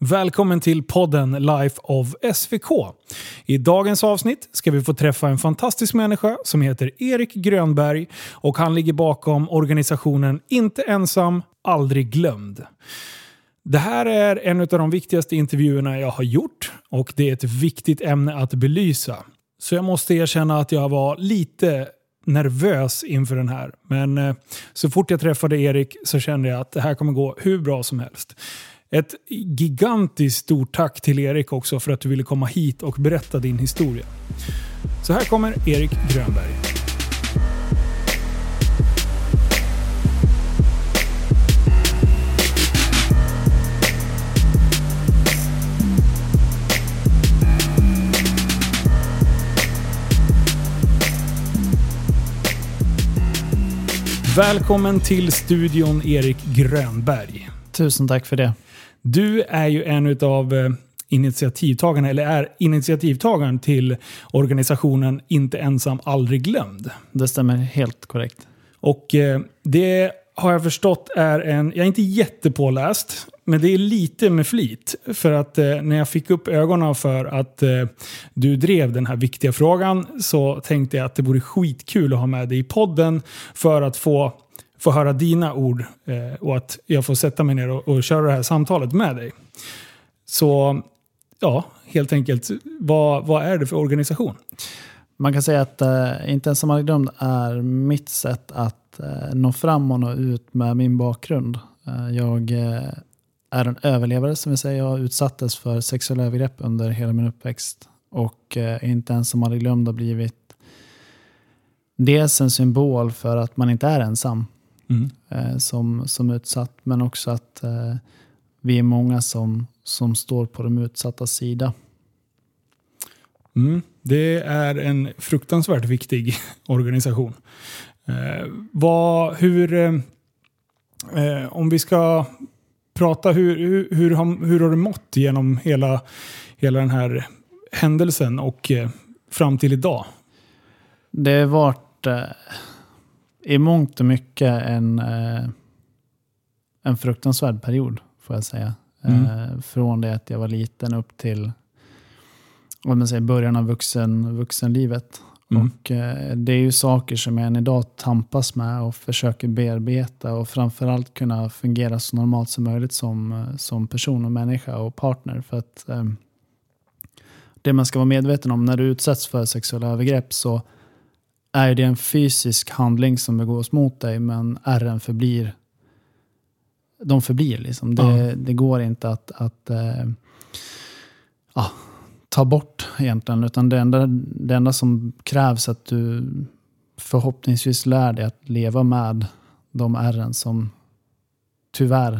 Välkommen till podden Life of SVK. I dagens avsnitt ska vi få träffa en fantastisk människa som heter Erik Grönberg och han ligger bakom organisationen Inte ensam, aldrig glömd. Det här är en av de viktigaste intervjuerna jag har gjort och det är ett viktigt ämne att belysa. Så jag måste erkänna att jag var lite nervös inför den här. Men så fort jag träffade Erik så kände jag att det här kommer gå hur bra som helst. Ett gigantiskt stort tack till Erik också för att du ville komma hit och berätta din historia. Så här kommer Erik Grönberg. Välkommen till studion Erik Grönberg. Tusen tack för det. Du är ju en av initiativtagarna, eller är initiativtagaren till organisationen Inte ensam, aldrig glömd. Det stämmer helt korrekt. Och det har jag förstått är jag är inte jättepåläst, men det är lite med flit. För att när jag fick upp ögonen för att du drev den här viktiga frågan så tänkte jag att det vore skitkul att ha med dig i podden för att få höra dina ord och att jag får sätta mig ner och köra det här samtalet med dig. Så ja, helt enkelt, vad är det för organisation? Man kan säga att Inte ensam, aldrig glömd är mitt sätt att nå fram och nå ut med min bakgrund. Jag är en överlevare som vi säger. Jag utsattes för sexuella övergrepp under hela min uppväxt. Och Inte ensam, aldrig glömd har blivit dels en symbol för att man inte är ensam. Som utsatt, men också att vi är många som står på de utsatta sida. Det är en fruktansvärt viktig organisation. Om vi ska prata, hur har du mått genom hela den här händelsen och fram till idag? Det har varit i mångt och mycket en fruktansvärd period, får jag säga. Från det att jag var liten upp till början av vuxenlivet. Och det är ju saker som jag än idag tampas med och försöker bearbeta och framförallt kunna fungera så normalt som möjligt som person och människa och partner. För att det man ska vara medveten om när du utsätts för sexuella övergrepp så är det en fysisk handling som begås mot dig, men ärren förblir liksom. Det går inte att ta bort egentligen, utan det enda som krävs att du förhoppningsvis lär dig att leva med de ärren som tyvärr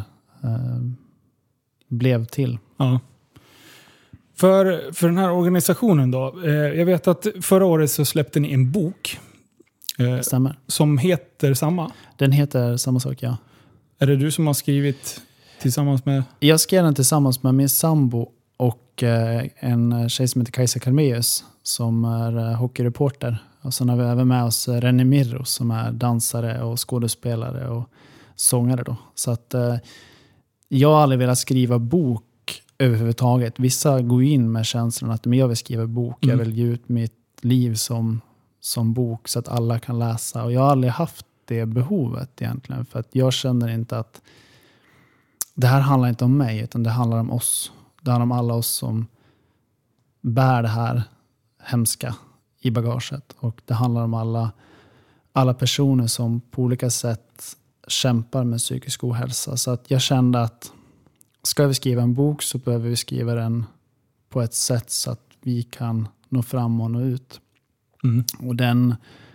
blev till. Ja. För den här organisationen då, jag vet att förra året så släppte ni en bok. Stämmer. Som heter samma? Den heter samma sak, ja. Är det du som har skrivit tillsammans med? Jag skrev den tillsammans med min sambo och en tjej som heter Kajsa Karmeus som är hockeyreporter. Och sen har vi även med oss René Mirros som är dansare och skådespelare och sångare då. Så att jag har aldrig velat skriva bok överhuvudtaget. Vissa går in med känslan att jag vill skriva bok. Jag vill ge ut mitt liv som bok så att alla kan läsa. Och jag har aldrig haft det behovet egentligen. För att jag känner inte att det här handlar inte om mig utan det handlar om oss. Det handlar om alla oss som bär det här hemska i bagaget. Och det handlar om alla personer som på olika sätt kämpar med psykisk ohälsa. Så att jag kände att ska vi skriva en bok så behöver vi skriva den på ett sätt så att vi kan nå fram och nå ut. Och den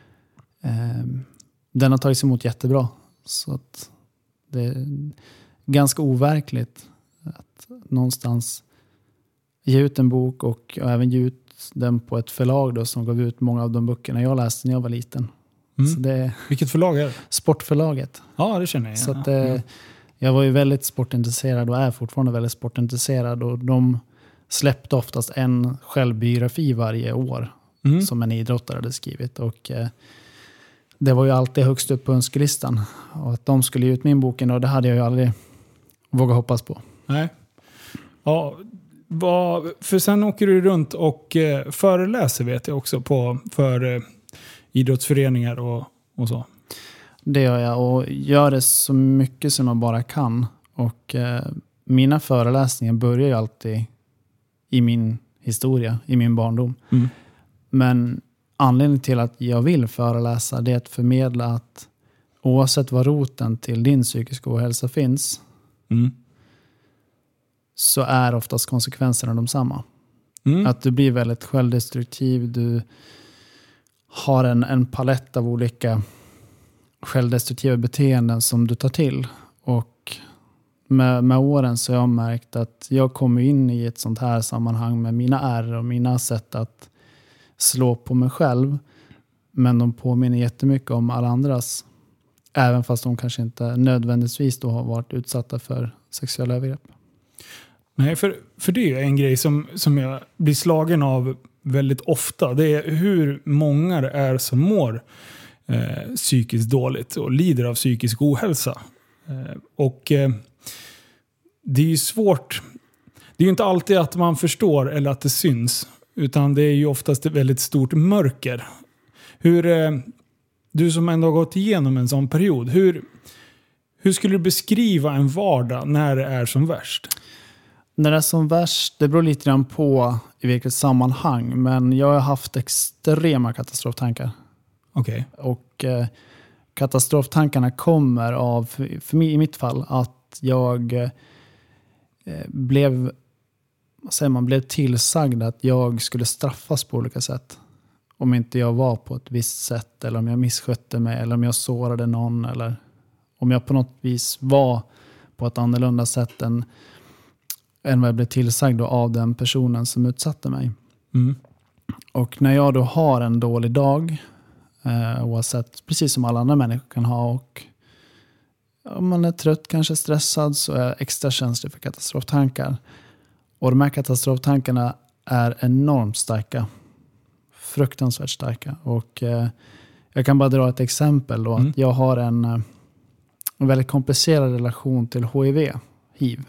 har tagits emot jättebra. Så att det är ganska overkligt att någonstans ge ut en bok och även ge ut den på ett förlag då, som gav ut många av de böckerna jag läste när jag var liten. Så vilket förlag är det? Sportförlaget. Ja, det känner jag. Så att, jag var ju väldigt sportintresserad och är fortfarande väldigt sportintresserad. Och de släppte oftast en självbiografi varje år som en idrottare hade skrivit. Och det var ju alltid högst upp på önskelistan. Och att de skulle ge ut min boken då, det hade jag ju aldrig vågat hoppas på. Nej. Ja, för sen åker du runt och föreläser vet jag också för idrottsföreningar och så. Det gör jag och gör det så mycket som jag bara kan. Och mina föreläsningar börjar ju alltid i min historia, i min barndom. Mm. Men anledningen till att jag vill föreläsa det är att förmedla att oavsett vad roten till din psykiska ohälsa finns så är oftast konsekvenserna de samma. Att du blir väldigt självdestruktiv, du har en palett av olika självdestruktiva beteenden som du tar till. Och med åren så har jag märkt att jag kommer in i ett sånt här sammanhang med mina ärr och mina sätt att slå på mig själv. Men de påminner jättemycket om alla andras. Även fast de kanske inte nödvändigtvis då har varit utsatta för sexuella övergrepp. Nej, för det är en grej som jag blir slagen av väldigt ofta. Det är hur många det är som mår psykiskt dåligt och lider av psykisk ohälsa. Det är ju svårt. Det är ju inte alltid att man förstår eller att det syns. Utan det är ju oftast ett väldigt stort mörker. Du som ändå har gått igenom en sån period. Hur skulle du beskriva en vardag när det är som värst? När det är som värst, det beror lite grann på i vilket sammanhang. Men jag har haft extrema katastroftankar. Okej. Och katastroftankarna kommer av, för mig i mitt fall, att jag blev tillsagd att jag skulle straffas på olika sätt. Om inte jag var på ett visst sätt, eller om jag misskötte mig, eller om jag sårade någon, eller om jag på något vis var på ett annorlunda sätt än vad jag blev tillsagd av den personen som utsatte mig. Och när jag då har en dålig dag, oavsett, precis som alla andra människor kan ha, och om man är trött, kanske stressad, så är jag extra känslig för katastroftankar. Och de här katastroftankarna är enormt starka. Fruktansvärt starka. Och jag kan bara dra ett exempel då. Att jag har en väldigt komplicerad relation till HIV.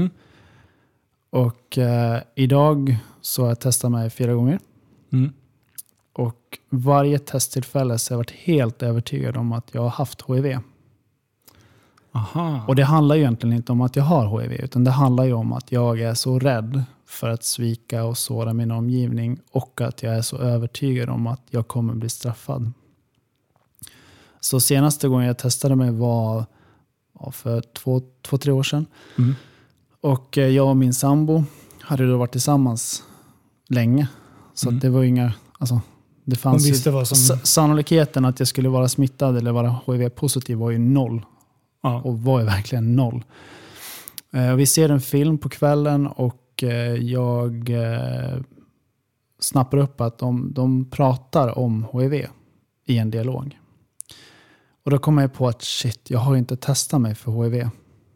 Och idag så har jag testat mig 4 gånger. Och varje testtillfälle så har jag varit helt övertygad om att jag har haft HIV. Aha. Och det handlar ju egentligen inte om att jag har HIV, utan det handlar ju om att jag är så rädd för att svika och såra min omgivning, och att jag är så övertygad om att jag kommer bli straffad. Så senaste gången jag testade mig var för 2-3 år sedan. Och jag och min sambo hade då varit tillsammans länge. Så att det var inga... Alltså, det fanns ju, sannolikheten att jag skulle vara smittad eller vara HIV-positiv var ju 0. Ja. Och var ju verkligen 0. Vi ser en film på kvällen och jag snappar upp att de pratar om HIV i en dialog. Och då kommer jag på att shit, jag har ju inte testat mig för HIV.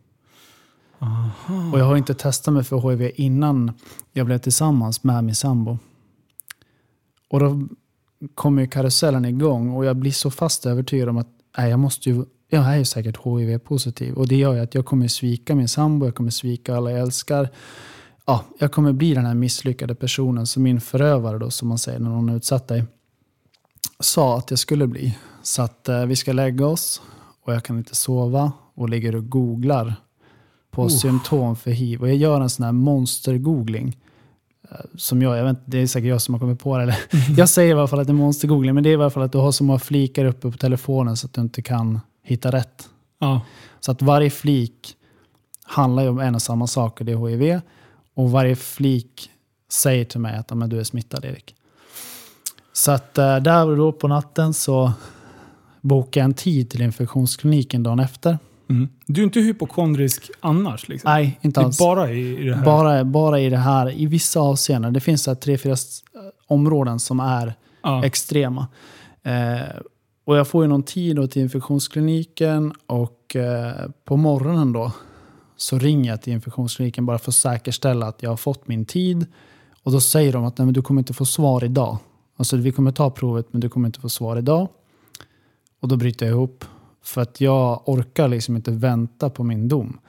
Aha. Och jag har inte testat mig för HIV innan jag blev tillsammans med min sambo. Och då kommer ju karusellen igång och jag blir så fast övertygad om att jag är ju säkert HIV-positiv. Och det gör ju att jag kommer svika min sambo, jag kommer svika alla jag älskar. Ja, jag kommer bli den här misslyckade personen som min förövare då, som man säger när någon är utsatt dig, sa att jag skulle bli. Så att vi ska lägga oss och jag kan inte sova och ligger och googlar på symptom för HIV. Och jag gör en sån här monstergoogling. Som jag vet inte, det är säkert jag som har kommit på det. Eller? Jag säger i alla fall att det är monstergoogling, men det är i alla fall att du har så många flikar uppe på telefonen så att du inte kan hitta rätt. Ja. Så att varje flik handlar ju om en och samma sak, och det är HIV. Och varje flik säger till mig att men du är smittad, Erik. Så att där och då på natten så bokade jag en tid till infektionskliniken dagen efter. Du är inte hypokondrisk annars? Liksom. Nej, inte alls. Bara i det här? Bara i det här. I vissa avseenden. Det finns 3-4 områden som är extrema. Och jag får ju någon tid då till infektionskliniken, och på morgonen då så ringer jag till infektionskliniken bara för att säkerställa att jag har fått min tid. Och då säger de att nej, men du kommer inte få svar idag. Alltså vi kommer ta provet, men du kommer inte få svar idag. Och då bryter jag ihop. För att jag orkar liksom inte vänta på min dom.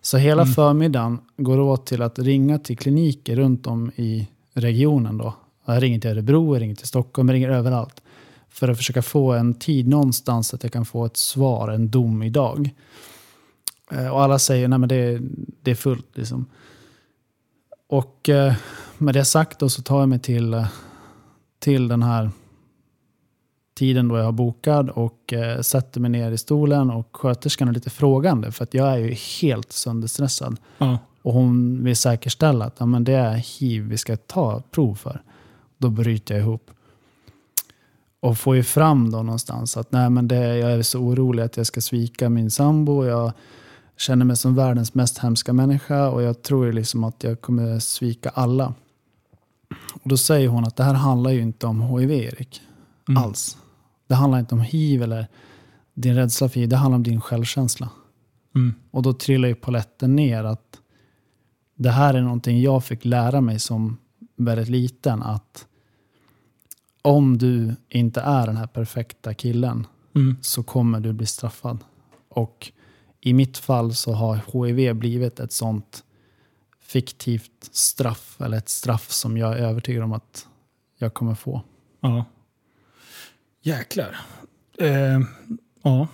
Så hela förmiddagen går åt till att ringa till kliniker runt om i regionen då. Jag ringer till Örebro, jag ringer till Stockholm, jag ringer överallt. För att försöka få en tid någonstans att jag kan få ett svar, en dom idag. Och alla säger, nej men det är fullt liksom. Och med det sagt då så tar jag mig till den här tiden då jag har bokad och sätter mig ner i stolen och sköterskan är lite frågande för att jag är ju helt sönderstressad. Och hon vill säkerställa att ja, men det är HIV vi ska ta prov för. Då bryter jag ihop. Och får ju fram då någonstans att nej, men jag är så orolig att jag ska svika min sambo. Jag känner mig som världens mest hemska människa och jag tror liksom att jag kommer svika alla. Och då säger hon att det här handlar ju inte om HIV, Erik. Alls. Det handlar inte om HIV eller din rädsla för HIV. Det handlar om din självkänsla. Och då trillar ju poletten ner att det här är någonting jag fick lära mig som väldigt liten. Att om du inte är den här perfekta killen så kommer du bli straffad. Och i mitt fall så har HIV blivit ett sånt fiktivt straff. Eller ett straff som jag är övertygad om att jag kommer få. Ja. Jäklar. Ja.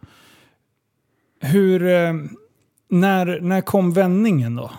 Hur... När kom vändningen då?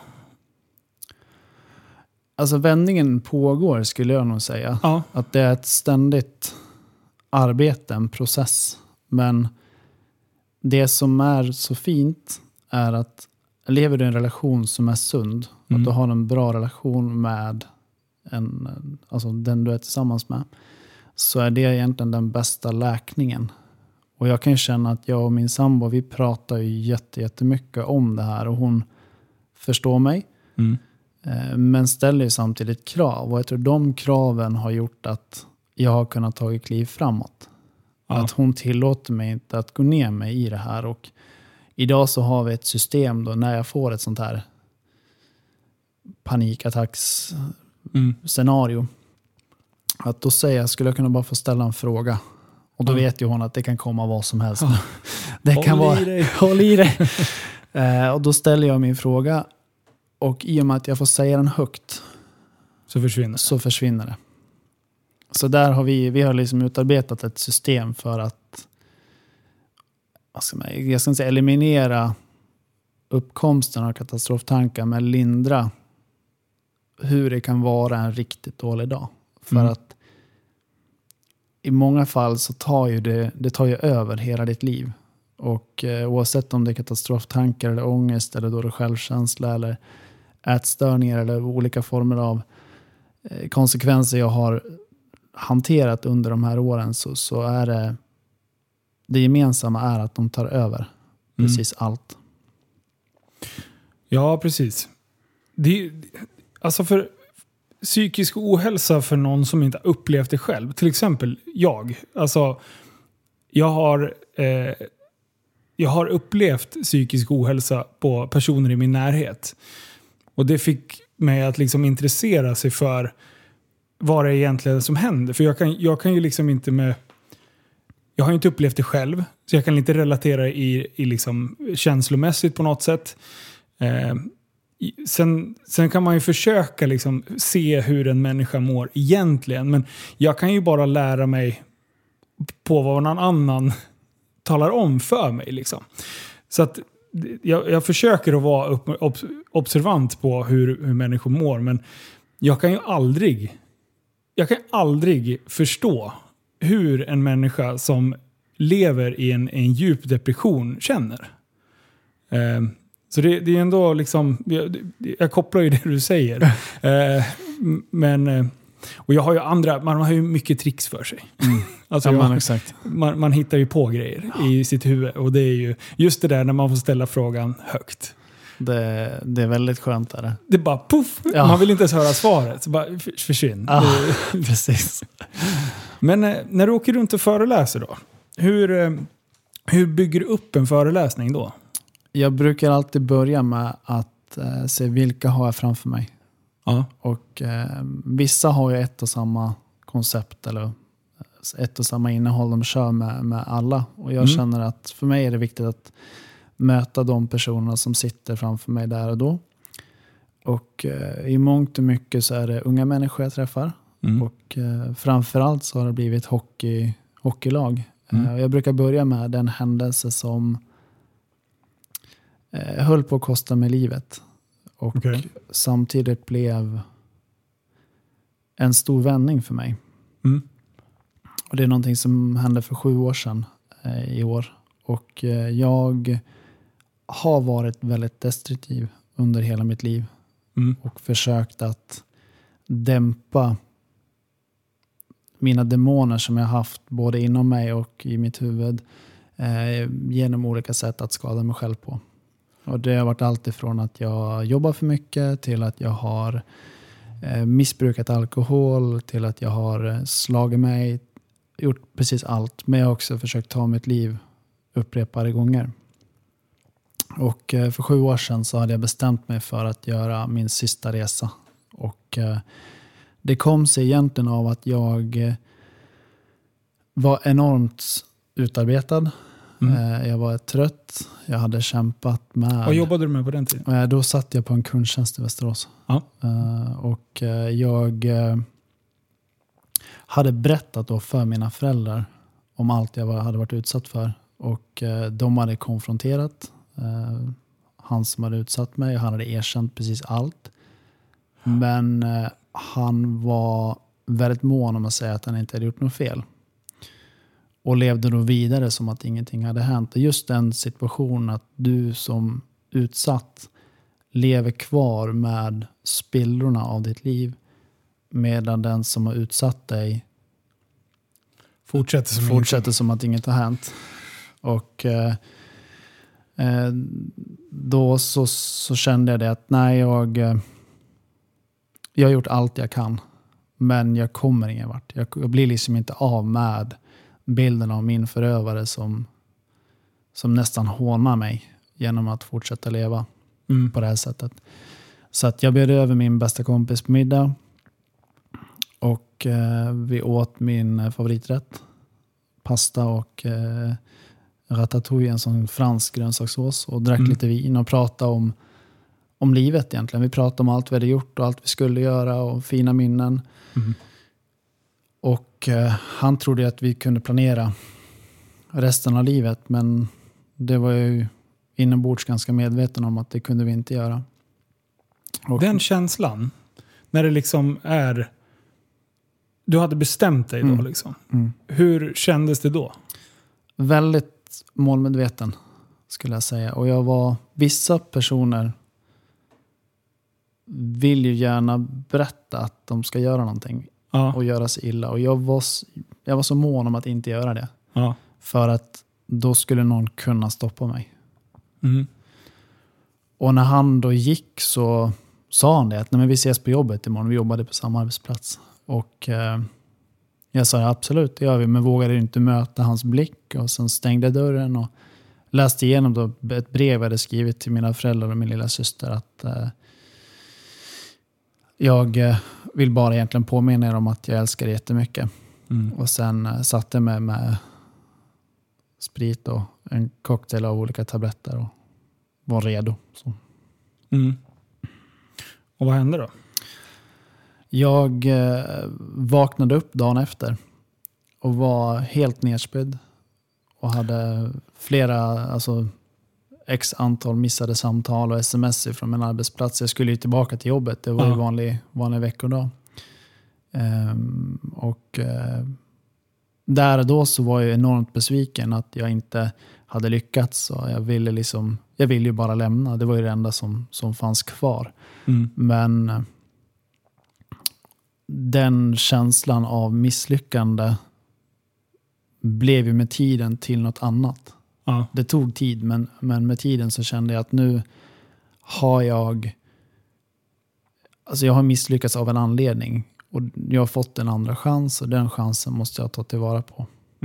Alltså vändningen pågår skulle jag nog säga. Ja. Att det är ett ständigt arbete, en process. Men det som är så fint är att lever du i en relation som är sund, att du har en bra relation med alltså den du är tillsammans med, så är det egentligen den bästa läkningen. Och jag kan ju känna att jag och min sambo, vi pratar ju jättemycket om det här och hon förstår mig. Men ställer ju samtidigt krav. Och jag tror de kraven har gjort att jag har kunnat ta ett kliv framåt. Ja. Att hon tillåter mig inte att gå ner mig i det här. Och idag så har vi ett system då när jag får ett sånt här panikattacks-scenario. Att då säger jag, skulle jag kunna bara få ställa en fråga? Och då vet ju hon att det kan komma vad som helst. Det kan håll i dig. Och då ställer jag min fråga. Och i och med att jag får säga den högt så försvinner det. Så där har vi har liksom utarbetat ett system för att jag ska inte säga eliminera uppkomsten av katastroftankar, men lindra hur det kan vara en riktigt dålig dag. För att i många fall så tar ju det tar ju över hela ditt liv. Och oavsett om det är katastroftankar eller ångest eller dålig självkänsla eller ätstörningar eller olika former av konsekvenser jag har hanterat under de här åren, så är det gemensamma är att de tar över precis allt. Ja, precis. Alltså för psykisk ohälsa för någon som inte har upplevt det själv. Till exempel jag. Alltså, jag har upplevt psykisk ohälsa på personer i min närhet. Och det fick mig att liksom intressera sig för vad det egentligen som händer. För jag kan ju liksom inte jag har ju inte upplevt det själv. Så jag kan inte relatera i liksom känslomässigt på något sätt. Sen kan man ju försöka liksom se hur en människa mår egentligen. Men jag kan ju bara lära mig på vad någon annan talar om för mig. Liksom. Så att jag försöker att vara observant på hur människor mår. Men jag kan aldrig förstå hur en människa som lever i en djup depression känner. Så det är ändå liksom, jag kopplar ju det du säger. Och jag har ju man har ju mycket tricks för sig. Alltså exakt. Man hittar ju på grejer i sitt huvud. Och det är ju just det där när man får ställa frågan högt. Det är väldigt skönt. Är det? Det bara puff, man vill inte ens höra svaret. Så bara försvinn. Precis. Men när du åker runt och föreläser då, hur bygger du upp en föreläsning då? Jag brukar alltid börja med att se vilka har jag framför mig. Ja. Och vissa har ju ett och samma koncept eller ett och samma innehåll de kör med alla. Och jag känner att för mig är det viktigt att möta de personerna som sitter framför mig där och då. Och i mångt och mycket så är det unga människor jag träffar. Och framförallt så har det blivit hockeylag. Jag brukar börja med den händelse som höll på att kosta mig livet. Och samtidigt blev en stor vändning för mig. Och det är någonting som hände för 7 år sedan i år. Och jag har varit väldigt destruktiv under hela mitt liv. Och försökt att dämpa mina demoner som jag haft både inom mig och i mitt huvud genom olika sätt att skada mig själv på. Och det har varit allt ifrån att jag jobbar för mycket till att jag har missbrukat alkohol till att jag har slagit mig, gjort precis allt. Men jag har också försökt ta mitt liv upprepade gånger. Och för 7 år sedan så hade jag bestämt mig för att göra min sista resa. Och det kom sig egentligen av att jag var enormt utarbetad. Jag var trött. Jag hade kämpat med... Vad jobbade du med på den tiden? Då satt jag på en kundtjänst i Västerås. Ja. Och jag hade berättat då för mina föräldrar om allt jag hade varit utsatt för. Och de hade konfronterat han som hade utsatt mig. Han hade erkänt precis allt. Men han var väldigt mån om att säga att han inte hade gjort något fel. Och levde då vidare som att ingenting hade hänt. Och just den situationen att du som utsatt lever kvar med spillrorna av ditt liv. Medan den som har utsatt dig fortsätter som att inget har hänt. Och då så kände jag det att nej, jag har gjort allt jag kan. Men jag kommer ingen vart. Jag blir liksom inte av med bilden av min förövare som nästan hånar mig genom att fortsätta leva på det här sättet. Så att jag bjöd över min bästa kompis på middag. Och vi åt min favoriträtt. Pasta och ratatouille, en sån fransk grönsakssås. Och drack lite vin och pratade om livet egentligen. Vi pratade om allt vi hade gjort och allt vi skulle göra och fina minnen. Och han trodde att vi kunde planera resten av livet. Men det var ju inombords ganska medveten om att det kunde vi inte göra. Och den känslan, när det liksom är... Du hade bestämt dig då liksom. Hur kändes det då? Väldigt målmedveten skulle jag säga. Och vissa personer vill ju gärna berätta att de ska göra någonting. Ja. Och göra sig illa. Och jag var så mån om att inte göra det. Ja. För att då skulle någon kunna stoppa mig. Och när han då gick så sa han det. Att nej, men vi ses på jobbet imorgon. Vi jobbade på samma arbetsplats. Och jag sa absolut, det gör vi. Men vågade inte möta hans blick. Och sen stängde jag dörren och läste igenom då ett brev jag hade skrivit till mina föräldrar och min lilla syster. Att jag vill bara egentligen påminna er om att jag älskar er jättemycket. Och sen satte jag mig med sprit och en cocktail av olika tabletter och var redo. Så. Och vad hände då? Jag vaknade upp dagen efter och var helt nedspydd och hade flera, x antal missade samtal och sms från min arbetsplats. Jag skulle ju tillbaka till jobbet. Det var ju vanlig veckodag. Där och då så var jag enormt besviken att jag inte hade lyckats. Och jag ville ju bara lämna. Det var ju det enda som fanns kvar. Men den känslan av misslyckande blev ju med tiden till något annat. Ja. Det tog tid, men med tiden så kände jag att nu har jag har misslyckats av en anledning. Och jag har fått en andra chans och den chansen måste jag ta tillvara på.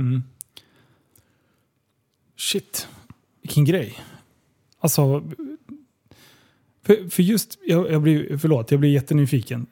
Shit, vilken grej. Alltså, för just, jag blir jättenyfiken.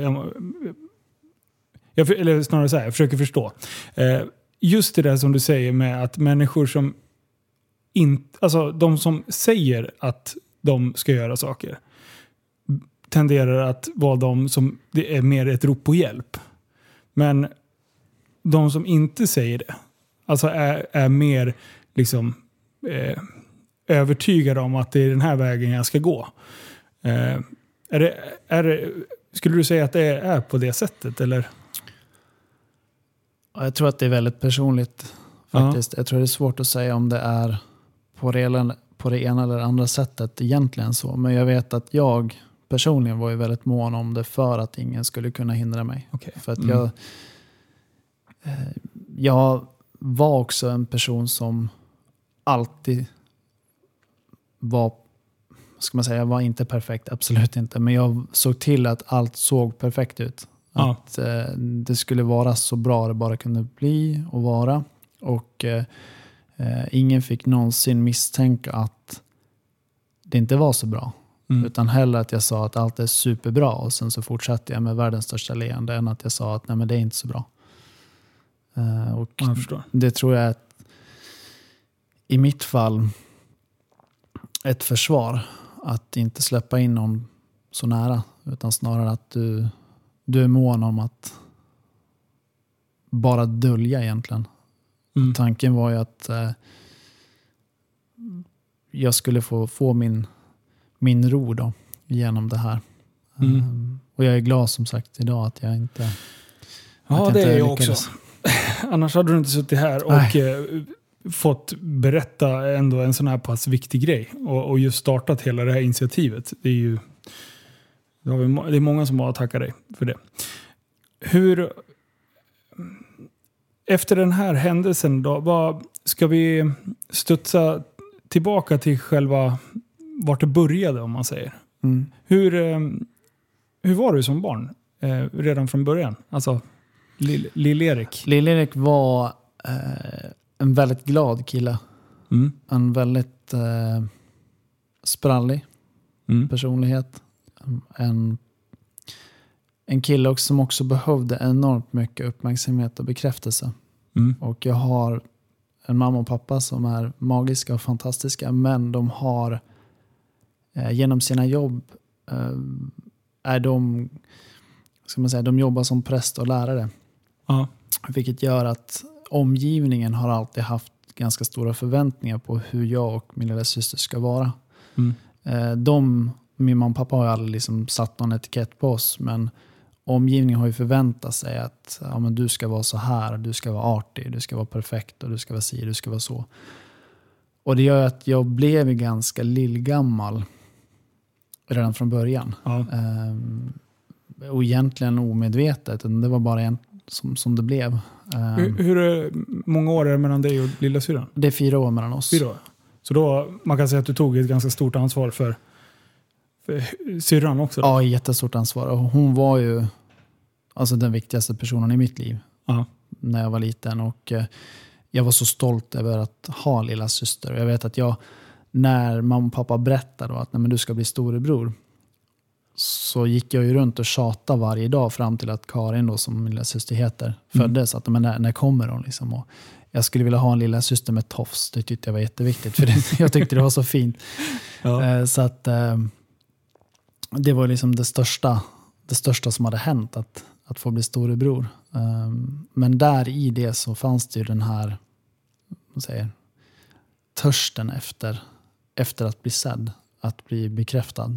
Eller snarare så här, jag försöker förstå. Just det där som du säger med att människor som alltså de som säger att de ska göra saker tenderar att vara de som det är mer ett rop på hjälp. Men de som inte säger det, alltså är mer liksom övertygade om att det är den här vägen jag ska gå. Skulle du säga att det är på det sättet, eller? Jag tror att det är väldigt personligt faktiskt. Jag tror det är svårt att säga om det är på det ena eller andra sättet egentligen så. Men jag vet att jag personligen var ju väldigt mån om det för att ingen skulle kunna hindra mig. Okay. För att jag var också en person som alltid var, ska man säga, jag var inte perfekt, absolut inte. Men jag såg till att allt såg perfekt ut. Att det skulle vara så bra det bara kunde bli och vara. Och ingen fick någonsin misstänka att det inte var så bra. Utan hellre att jag sa att allt är superbra och sen så fortsatte jag med världens största leende än att jag sa att nej, men det är inte så bra. Och jag förstår. Det tror jag är i mitt fall ett försvar att inte släppa in någon så nära, utan snarare att du är mån om att bara dölja egentligen. Tanken var ju att jag skulle få min ro då genom det här. Och jag är glad som sagt idag att jag inte det är jag också. Annars hade du inte suttit här och fått berätta ändå en sån här pass viktig grej. Och just startat hela det här initiativet. Det är ju det är många som har tackat dig för det. Efter den här händelsen då, ska vi studsa tillbaka till själva vart det började, om man säger. Hur var du som barn redan från början? Alltså Lill-Erik. Lill-Erik var en väldigt glad kille. En väldigt sprallig personlighet. En kille också som också behövde enormt mycket uppmärksamhet och bekräftelse. Och jag har en mamma och pappa som är magiska och fantastiska, men de har genom sina jobb de jobbar som präst och lärare. Vilket gör att omgivningen har alltid haft ganska stora förväntningar på hur jag och min lilla syster ska vara. Min mamma och pappa har ju aldrig liksom satt någon etikett på oss, men omgivningen har ju förväntat sig att men du ska vara så här, du ska vara artig, du ska vara perfekt och du ska vara si, du ska vara så. Och det gör att jag blev ganska lillgammal redan från början. Och egentligen omedvetet. Det var bara som det blev. Hur många år är det mellan dig och lilla syrran? Det är 4 år mellan oss. 4 år. Så då man kan säga att du tog ett ganska stort ansvar för syrran också? Då? Ja, jättestort ansvar. Och hon var ju alltså den viktigaste personen i mitt liv när jag var liten. Och jag var så stolt över att ha en lilla syster. Och jag vet att när mamma och pappa berättade att du ska bli storebror, så gick jag ju runt och tjatade varje dag fram till att Karin då, som min lilla syster heter, föddes. Att när kommer hon liksom? Och jag skulle vilja ha en lilla syster med tofs. Det tyckte jag var jätteviktigt, för jag tyckte det var så fint. Så att det var liksom det största som hade hänt, att få bli storebror. Men där i det så fanns det ju den här törsten efter att bli sedd, att bli bekräftad.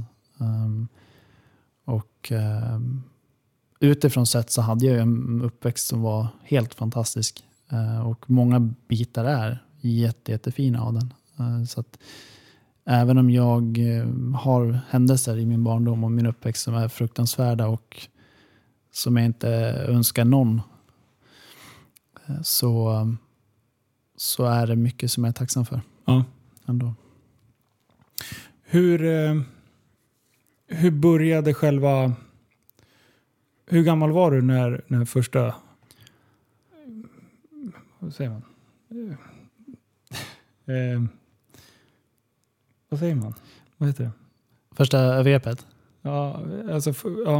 Och utifrån sett så hade jag en uppväxt som var helt fantastisk. Och många bitar är jättefina av den. Så att även om jag har händelser i min barndom och min uppväxt som är fruktansvärda och som jag inte önskar någon, så är det mycket som jag är tacksam för. Ändå. Hur började själva... Hur gammal var du när första... Vad säger man? Vad säger man? Vad heter det? Första övergreppet? Ja, alltså... Ja.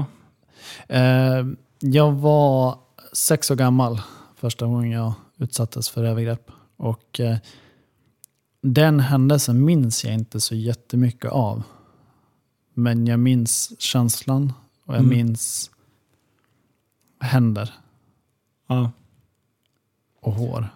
Jag var 6 år gammal första gången jag utsattes för övergrepp. Och Den händelsen minns jag inte så jättemycket av. Men jag minns känslan och jag minns händer. Ja. Och hår.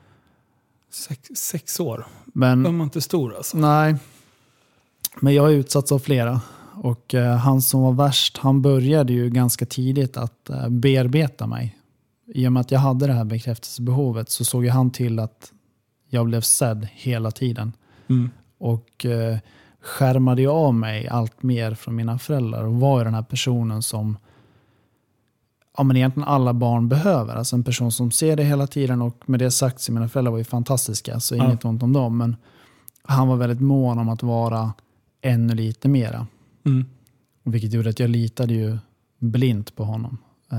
6 år. Men De är inte stor alltså. nej. Men jag är utsatt av flera. Och han som var värst, han började ju ganska tidigt att bearbeta mig. I och med att jag hade det här bekräftelsebehovet så såg ju han till att jag blev sedd hela tiden. Och skärmade ju av mig allt mer från mina föräldrar. Och var ju den här personen som men egentligen alla barn behöver. Alltså en person som ser det hela tiden. Och med det sagt så mina föräldrar var ju fantastiska. Så inget ont om dem. Men han var väldigt mån om att vara ännu lite mera. Vilket gjorde att jag litade ju blint på honom.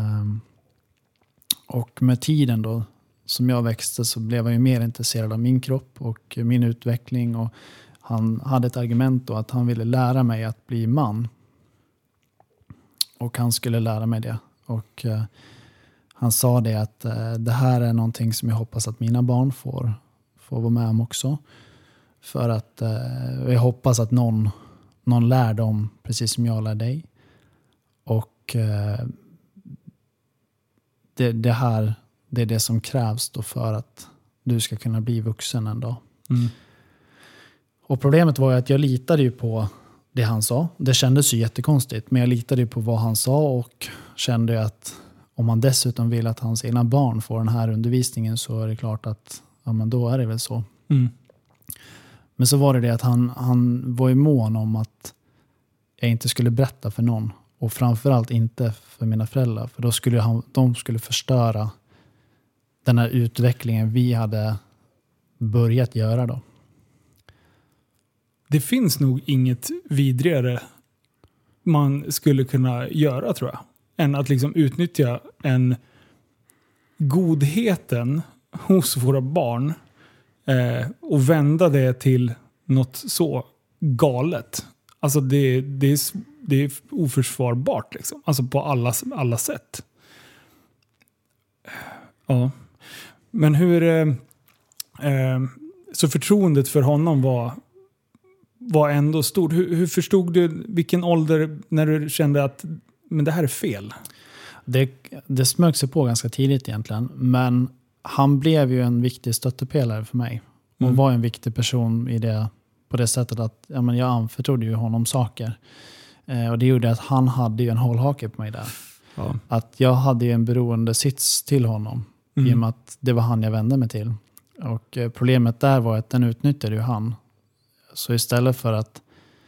Och med tiden då som jag växte så blev jag ju mer intresserad av min kropp och min utveckling. Och han hade ett argument då att han ville lära mig att bli man. Och han skulle lära mig det. Och han sa det att det här är någonting som jag hoppas att mina barn får vara med om också. För att jag hoppas att någon lär dem precis som jag lär dig. Och det här, det är det som krävs då för att du ska kunna bli vuxen en dag. Och problemet var ju att jag litade ju på det han sa. Det kändes ju jättekonstigt, men jag litade ju på vad han sa och kände att om man dessutom vill att hans egna barn får den här undervisningen så är det klart att men då är det väl så. Men så var det att han var ju mån om att jag inte skulle berätta för någon. Och framförallt inte för mina föräldrar. För då skulle de skulle förstöra den här utvecklingen vi hade börjat göra då. Det finns nog inget vidrigare man skulle kunna göra, tror jag. Än att liksom utnyttja godheten hos våra barn och vända det till något så galet. Alltså det är oförsvarbart liksom. Alltså på alla sätt. Ja. Men så förtroendet för honom var ändå stort. Hur förstod du vilken ålder när du kände att men det här är fel? Det smög sig på ganska tidigt egentligen. Men han blev ju en viktig stöttepelare för mig. Och var en viktig person i det, på det sättet att jag anförtrodde ju honom saker. Och det gjorde att han hade ju en hållhake på mig där. Ja. Att jag hade ju en beroende sits till honom. I och med att det var han jag vände mig till. Och problemet där var att den utnyttjade ju han. Så istället för att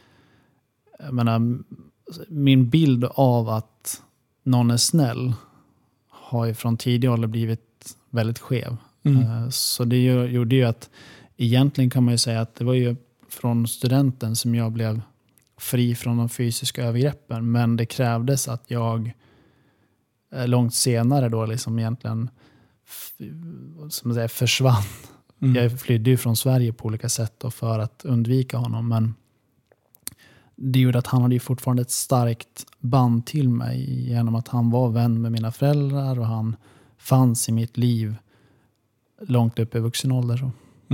min bild av att någon är snäll har ju från tidig ålder blivit väldigt skev. Så det gjorde ju att egentligen kan man ju säga att det var ju från studenten som jag blev fri från de fysiska övergreppen. Men det krävdes att jag långt senare då liksom egentligen som säger, försvann. Jag flydde ju från Sverige på olika sätt då för att undvika honom. Men det gjorde att han hade ju fortfarande ett starkt band till mig genom att han var vän med mina föräldrar och han fanns i mitt liv långt upp i vuxen ålder. Så.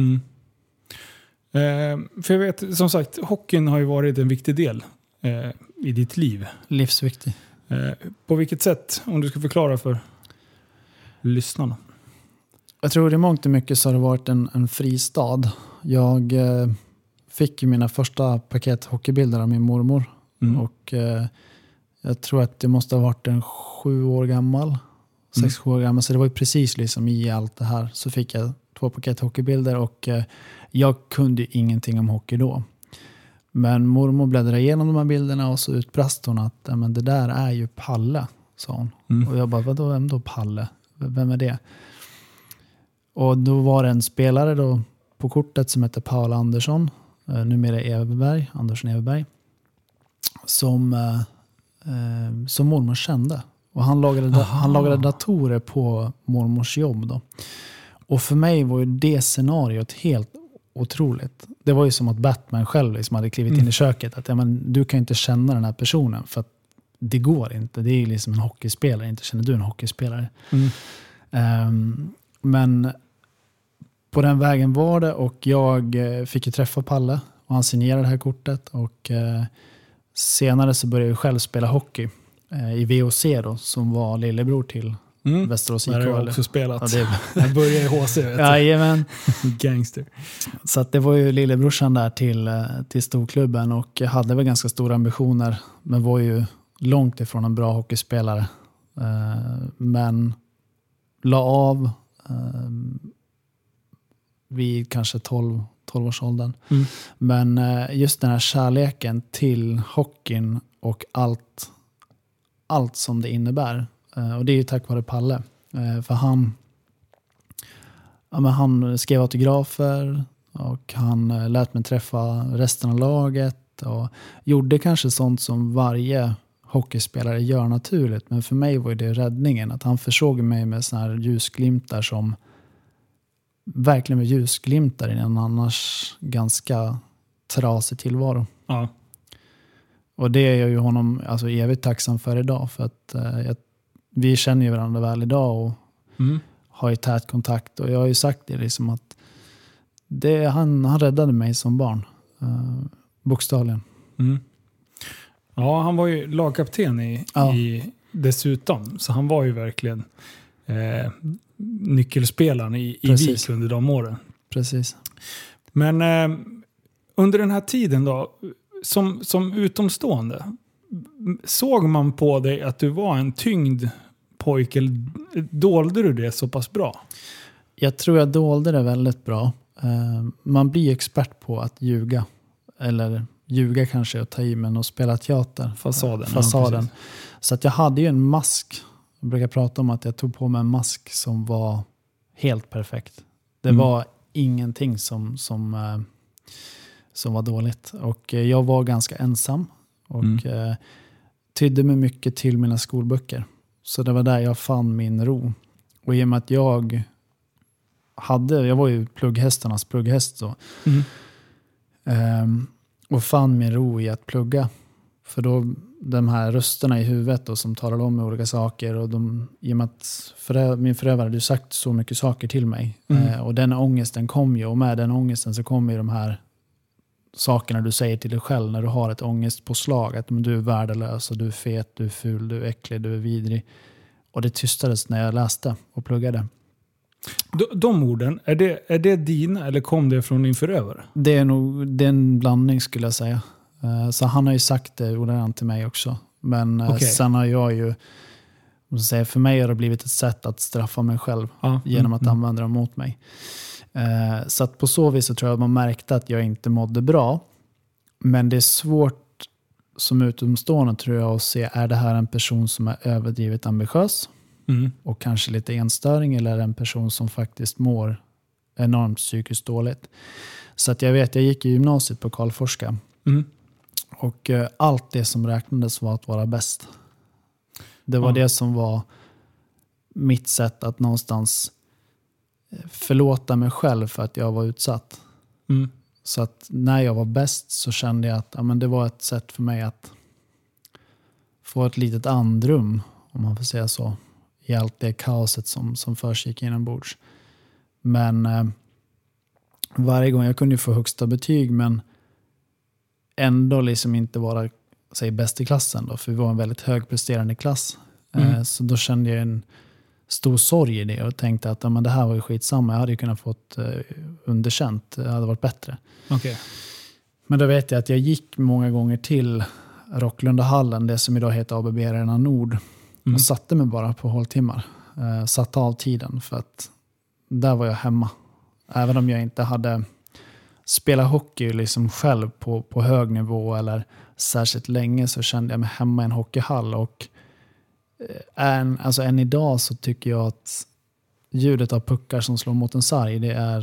För jag vet, som sagt, hockeyn har ju varit en viktig del i ditt liv. Livsviktig. På vilket sätt, om du ska förklara för lyssnarna? Jag tror i mångt och mycket så har det varit en fristad. Jag fick ju mina första paket hockeybilder av min mormor. Och jag tror att det måste ha varit 7 år gammal. 6-7 år gammal. Så det var ju precis liksom i allt det här. Så fick jag 2 paket hockeybilder och jag kunde ju ingenting om hockey då. Men mormor bläddrade igenom de här bilderna och så utbrast hon att men det där är ju Palle, sa hon. Och jag bara, vadå, vem då Palle? Vem är det? Och då var det en spelare då på kortet som heter Paul Andersson, numera Andersson Everberg, som mormor kände. Och han lagade datorer på mormors jobb då. Och för mig var ju det scenariot helt otroligt. Det var ju som att Batman själv liksom hade klivit in i köket. Att du kan inte känna den här personen för att det går inte. Det är ju liksom en hockeyspelare. Inte känner du en hockeyspelare. Men på den vägen var det, och jag fick ju träffa Palle och han signerade det här kortet, och senare så började jag själv spela hockey i VOC då, som var lillebror till Västerås IK. Där har jag också spelat. Ja, jag började i HC. Jajamän. Gangster. Så att det var ju lillebrorsan där till storklubben, och jag hade väl ganska stora ambitioner, men var ju långt ifrån en bra hockeyspelare. Men la av vid kanske 12-årsåldern. Men just den här kärleken till hockeyn och allt som det innebär. Och det är ju tack vare Palle. För han skrev autografer och han lät mig träffa resten av laget och gjorde kanske sånt som varje hockeyspelare gör naturligt. Men för mig var det räddningen. Att han försåg mig med såna här ljusglimtar som verkligen med ljusglimtar i en annars ganska trasig tillvaro. Ja. Och det är jag ju honom alltså evigt tacksam för idag. För att vi känner ju varandra väl idag och har ju tät kontakt. Och jag har ju sagt det liksom att han räddade mig som barn. Bokstavligen. Ja, han var ju lagkapten i dessutom. Så han var ju verkligen nyckelspelaren i VIK under de åren. Precis. Men under den här tiden då, som utomstående, såg man på dig att du var en tyngd pojke? Dolde du det så pass bra? Jag tror jag dolde det väldigt bra. Man blir expert på att ljuga. Eller ljuga kanske att ta i, men att spela teater. Fasaden. Så att jag hade ju en mask. Jag brukar prata om att jag tog på mig en mask som var helt perfekt. Det var ingenting som var dåligt. Och jag var ganska ensam. Och tydde mig mycket till mina skolböcker. Så det var där jag fann min ro. Och i och med att jag var ju plugghästarnas plugghäst så. Och fann min ro i att plugga. För då de här rösterna i huvudet då, som talade om olika saker. Och i och med att min förövare hade sagt så mycket saker till mig. Och den ångesten kom ju. Och med den ångesten så kom ju de här sakerna du säger till dig själv när du har ett ångestpåslag. Att du är värdelös och du är fet, du är ful, du är äcklig, du är vidrig. Och det tystades när jag läste och pluggade. De orden, är det dina eller kom det från din förövare? Det är en blandning skulle jag säga. Så han har ju sagt det ordagrant till mig också. Men sen har jag ju, för mig har det blivit ett sätt att straffa mig själv genom att använda dem mot mig. Så att på så vis så tror jag att man märkte att jag inte mådde bra. Men det är svårt som utomstående tror jag att se, är det här en person som är överdrivet ambitiös och kanske lite enstöring, eller är det en person som faktiskt mår enormt psykiskt dåligt. Så att jag gick i gymnasiet på Karlforska och allt det som räknades var att vara bäst. Det var det som var mitt sätt att någonstans förlåta mig själv för att jag var utsatt. Så att när jag var bäst så kände jag att det var ett sätt för mig att få ett litet andrum, om man får säga så, i allt det kaoset som försiggick inombords. Men varje gång jag kunde få högsta betyg, men ändå liksom inte vara bäst i klassen då, för vi var en väldigt högpresterande klass. Så då kände jag en stor sorg i det och tänkte att det här var ju skitsamma. Jag hade ju kunnat fått underkänt. Det hade varit bättre. Okay. Men då vet jag att jag gick många gånger till Rocklundahallen, det som idag heter ABB Arena Nord, och satte mig bara på håltimmar. Satte av tiden för att där var jag hemma. Även om jag inte hade spelat hockey liksom själv på hög nivå eller särskilt länge, så kände jag mig hemma i en hockeyhall. Och än idag så tycker jag att ljudet av puckar som slår mot en sarg,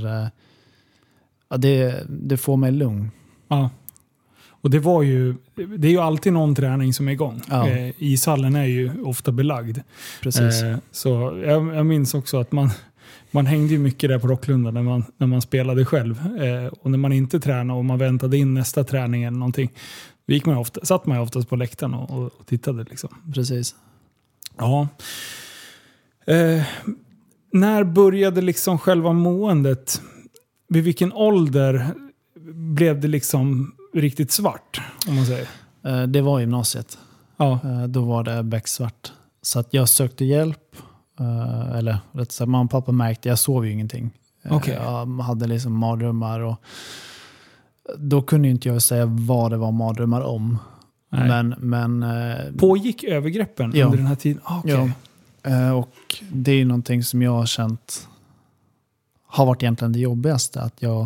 det får mig lugn. Ja. Och det är ju alltid någon träning som är igång. Ja. Ishallen är ju ofta belagd. Precis. Så jag minns också att man hängde ju mycket där på Rocklunda när man spelade själv. Och när man inte tränade och man väntade in nästa träning eller någonting, satt man ju oftast på läktaren och tittade liksom. Precis. Ja. När började liksom själva måendet vid vilken ålder blev det liksom riktigt svart, om man säger? Det var gymnasiet. Ja. Då var det becksvart. Så att jag sökte hjälp. Eller rätt sagt, mamma och pappa märkte, jag sov ju ingenting. Okay. Jag hade liksom mardrömmar. Och då kunde inte jag säga vad det var mardrömmar om. Men pågick övergreppen under den här tiden? Okay. Ja. Och det är någonting som jag har känt har varit egentligen det jobbigaste. Att jag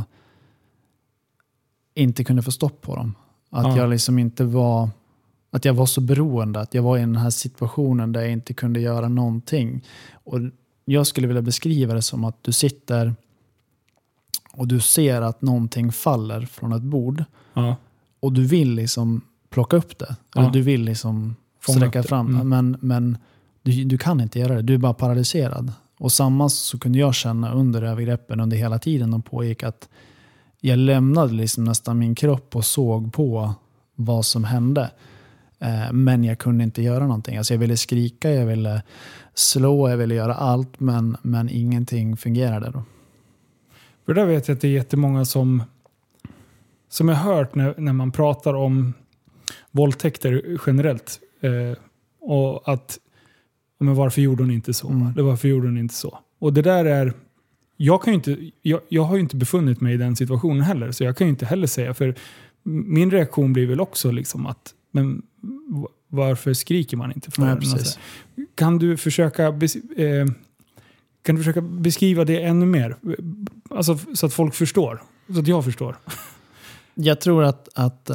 inte kunde få stopp på dem. Att jag liksom inte var... Att jag var så beroende. Att jag var i den här situationen där jag inte kunde göra någonting. Och jag skulle vilja beskriva det som att du sitter och du ser att någonting faller från ett bord. Ja. Och du vill liksom plocka upp det. Eller du vill liksom sträcka fram. Men du kan inte göra det. Du är bara paralyserad. Och samma så kunde jag känna under övergreppen under hela tiden de pågick. Att jag lämnade liksom nästan min kropp och såg på vad som hände. Men jag kunde inte göra någonting. Alltså jag ville skrika, jag ville slå, jag ville göra allt. Men ingenting fungerade då. För där vet jag att det är jättemånga som jag har hört när man pratar om våldtäkter generellt. Och att, men varför gjorde hon inte så? Eller varför gjorde hon inte så? Och det där är, jag har ju inte befunnit mig i den situationen heller. Så jag kan ju inte heller säga, för min reaktion blir väl också liksom att, men varför skriker man inte för den? Alltså, kan du försöka beskriva det ännu mer? Alltså, så att folk förstår. Så att jag förstår. Jag tror att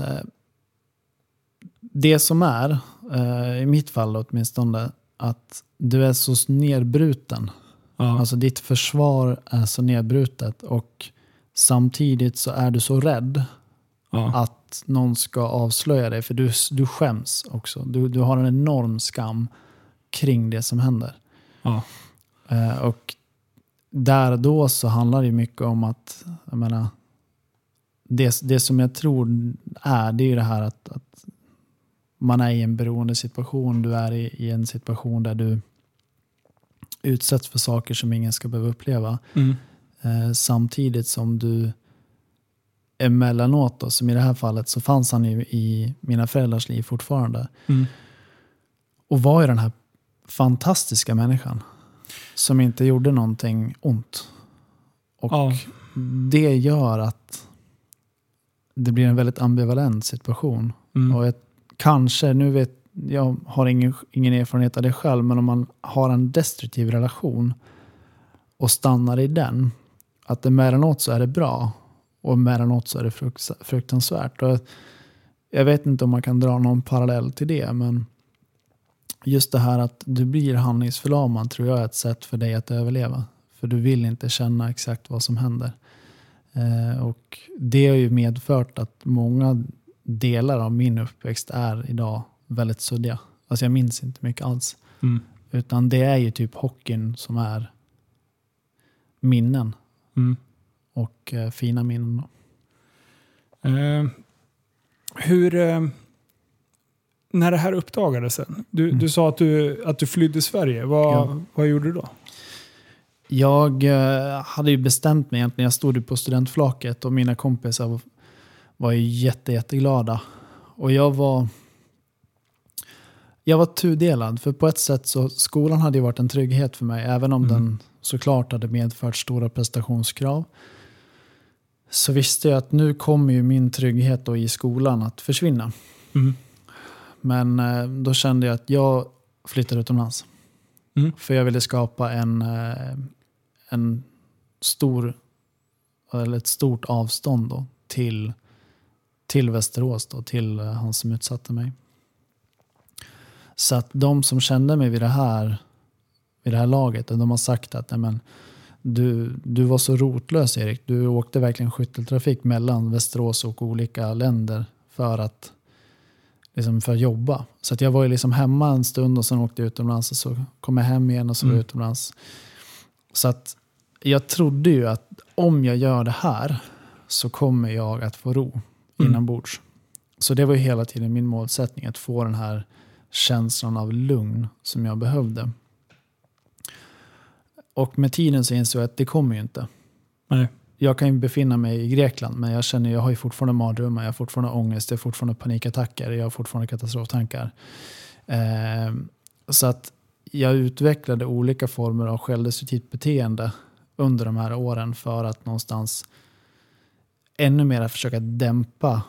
det som är, i mitt fall åtminstone, att du är så nedbruten. Ja. Alltså ditt försvar är så nedbrutet och samtidigt så är du så rädd att någon ska avslöja dig. För du skäms också. Du har en enorm skam kring det som händer. Ja. Och där då så handlar det mycket om att, jag menar, det som jag tror det är ju det här att man är i en beroende situation. Du är i en situation där du utsätts för saker som ingen ska behöva uppleva. Samtidigt som du emellanåt då, som i det här fallet så fanns han ju i mina föräldrars liv fortfarande. Och var ju den här fantastiska människan som inte gjorde någonting ont. Och det gör att det blir en väldigt ambivalent situation. Och kanske, nu vet jag har ingen erfarenhet av det själv, men om man har en destruktiv relation och stannar i den, att emellanåt så är det bra och emellanåt så är det fruktansvärt. Och jag vet inte om man kan dra någon parallell till det, men just det här att du blir handlingsförlamad tror jag är ett sätt för dig att överleva. För du vill inte känna exakt vad som händer. Och det har ju medfört att många delar av min uppväxt är idag väldigt suddiga. Alltså jag minns inte mycket alls. Utan det är ju typ hockeyn som är minnen. Och fina minnen då. När det här uppdagades sen, du sa att du flydde Sverige. Vad gjorde du då? Jag hade ju bestämt mig egentligen. Jag stod på studentflaket och mina kompisar var ju jätteglada. Och jag var tudelad. För på ett sätt så skolan hade ju varit en trygghet för mig. Även om den såklart hade medfört stora prestationskrav. Så visste jag att nu kommer ju min trygghet då i skolan att försvinna. Men då kände jag att jag flyttade utomlands. För jag ville skapa ett stort avstånd då till Västerås då, till han som utsatte mig. Så att de som kände mig vid det här laget, de har sagt att men, du var så rotlös, Erik. Du åkte verkligen skytteltrafik mellan Västerås och olika länder för att jobba. Så att jag var ju liksom hemma en stund och sen åkte jag utomlands och så kom jag hem igen och så var jag utomlands. Så att jag trodde ju att om jag gör det här så kommer jag att få ro inombords. Så det var ju hela tiden min målsättning, att få den här känslan av lugn som jag behövde. Och med tiden så insåg jag att det kommer ju inte. Nej. jag kan ju befinna mig i Grekland, men jag har ju fortfarande mardrömmar, jag har fortfarande ångest, jag har fortfarande panikattacker, jag har fortfarande katastroftankar. Så att jag utvecklade olika former av självdestruktivt beteende under de här åren för att någonstans ännu mer försöka dämpa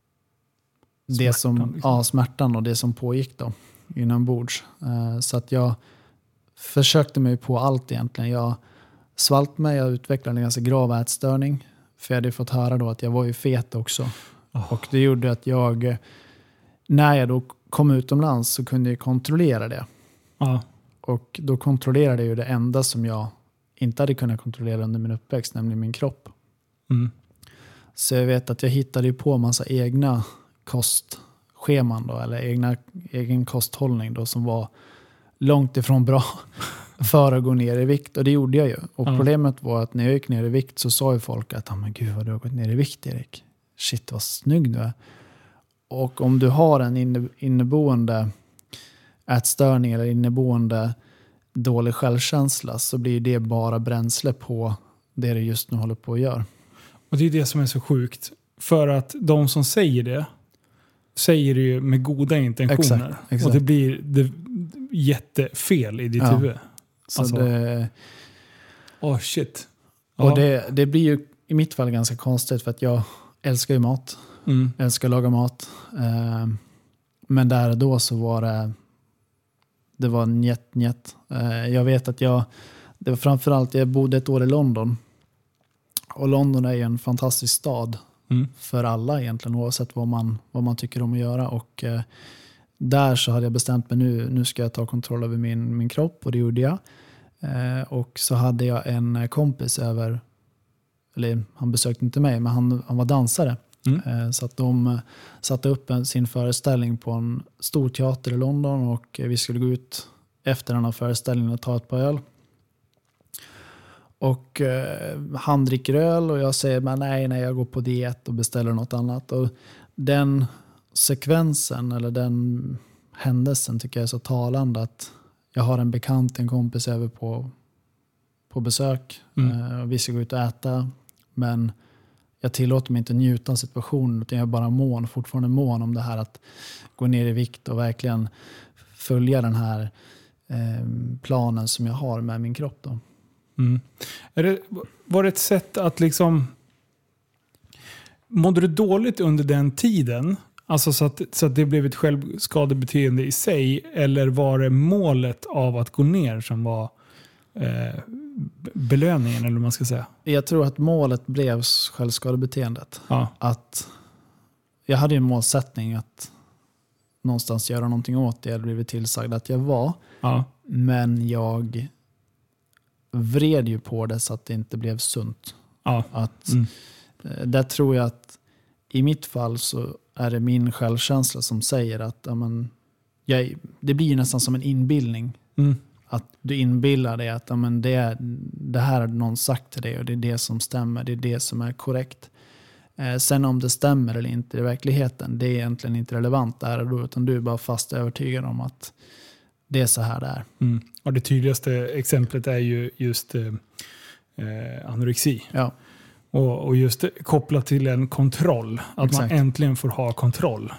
det som, liksom. Smärtan och det som pågick då inombords. Så att jag försökte mig på allt egentligen. Jag svalt mig, jag utvecklade en ganska grav ätstörning. För jag hade fått höra då att jag var ju fet också. Och det gjorde att när jag då kom utomlands så kunde jag kontrollera det. Och då kontrollerade jag ju det enda som jag inte hade kunnat kontrollera under min uppväxt, nämligen min kropp. Så jag vet att jag hittade ju på en massa egna kostscheman då, eller egen kosthållning då, som var långt ifrån bra för att gå ner i vikt. Och det gjorde jag ju. Och problemet var att när jag gick ner i vikt så sa ju folk att men gud vad du har gått ner i vikt, Erik. Shit vad snygg du är. Och om du har en inneboende ätstörning eller inneboende dålig självkänsla så blir det bara bränsle på det du just nu håller på att göra. Och det är det som är så sjukt. För att de som säger det ju med goda intentioner. Exakt. Och det blir jättefel i ditt huvud. Så alltså. Shit. Och det blir ju i mitt fall ganska konstigt för att jag älskar ju mat. Jag älskar att laga mat. Men där och då så var det var njet. Jag vet att det var framförallt, jag bodde ett år i London. Och London är ju en fantastisk stad för alla egentligen, oavsett vad man tycker om att göra. Och där så hade jag bestämt mig, nu ska jag ta kontroll över min kropp, och det gjorde jag. Och så hade jag en kompis över, eller han besökte inte mig, men han var dansare. Så att de satte upp sin föreställning på en stor teater i London, och vi skulle gå ut efter den här föreställningen och ta ett par öl. Och han dricker öl och jag säger men nej, jag går på diet och beställer något annat. Och den sekvensen eller den händelsen tycker jag är så talande, att jag har en kompis över på besök. Och vi ska gå ut och äta, men jag tillåter mig inte njuta av situationen, utan jag är bara fortfarande mån om det här att gå ner i vikt och verkligen följa den här planen som jag har med min kropp då. Var det ett sätt att liksom, mådde du dåligt under den tiden? Alltså så att det blev ett självskadebeteende i sig, eller var det målet av att gå ner som var belöningen, eller vad man ska säga? Jag tror att målet blev självskadebeteendet. Att jag hade en målsättning att någonstans göra någonting åt det jag hade blivit tillsagd att jag var. Men jag vred ju på det så att det inte blev sunt. Där tror jag att i mitt fall så är det min självkänsla som säger att det blir nästan som en inbildning. Att du inbillar dig att det här har någon sagt till dig och det är det som stämmer, det är det som är korrekt. Sen om det stämmer eller inte i verkligheten, det är egentligen inte relevant där och då, utan du är bara fast övertygad om att det är så här det är. Och det tydligaste exemplet är ju just anorexi. Ja. Och just kopplat till en kontroll. Att Exakt. Man äntligen får ha kontroll.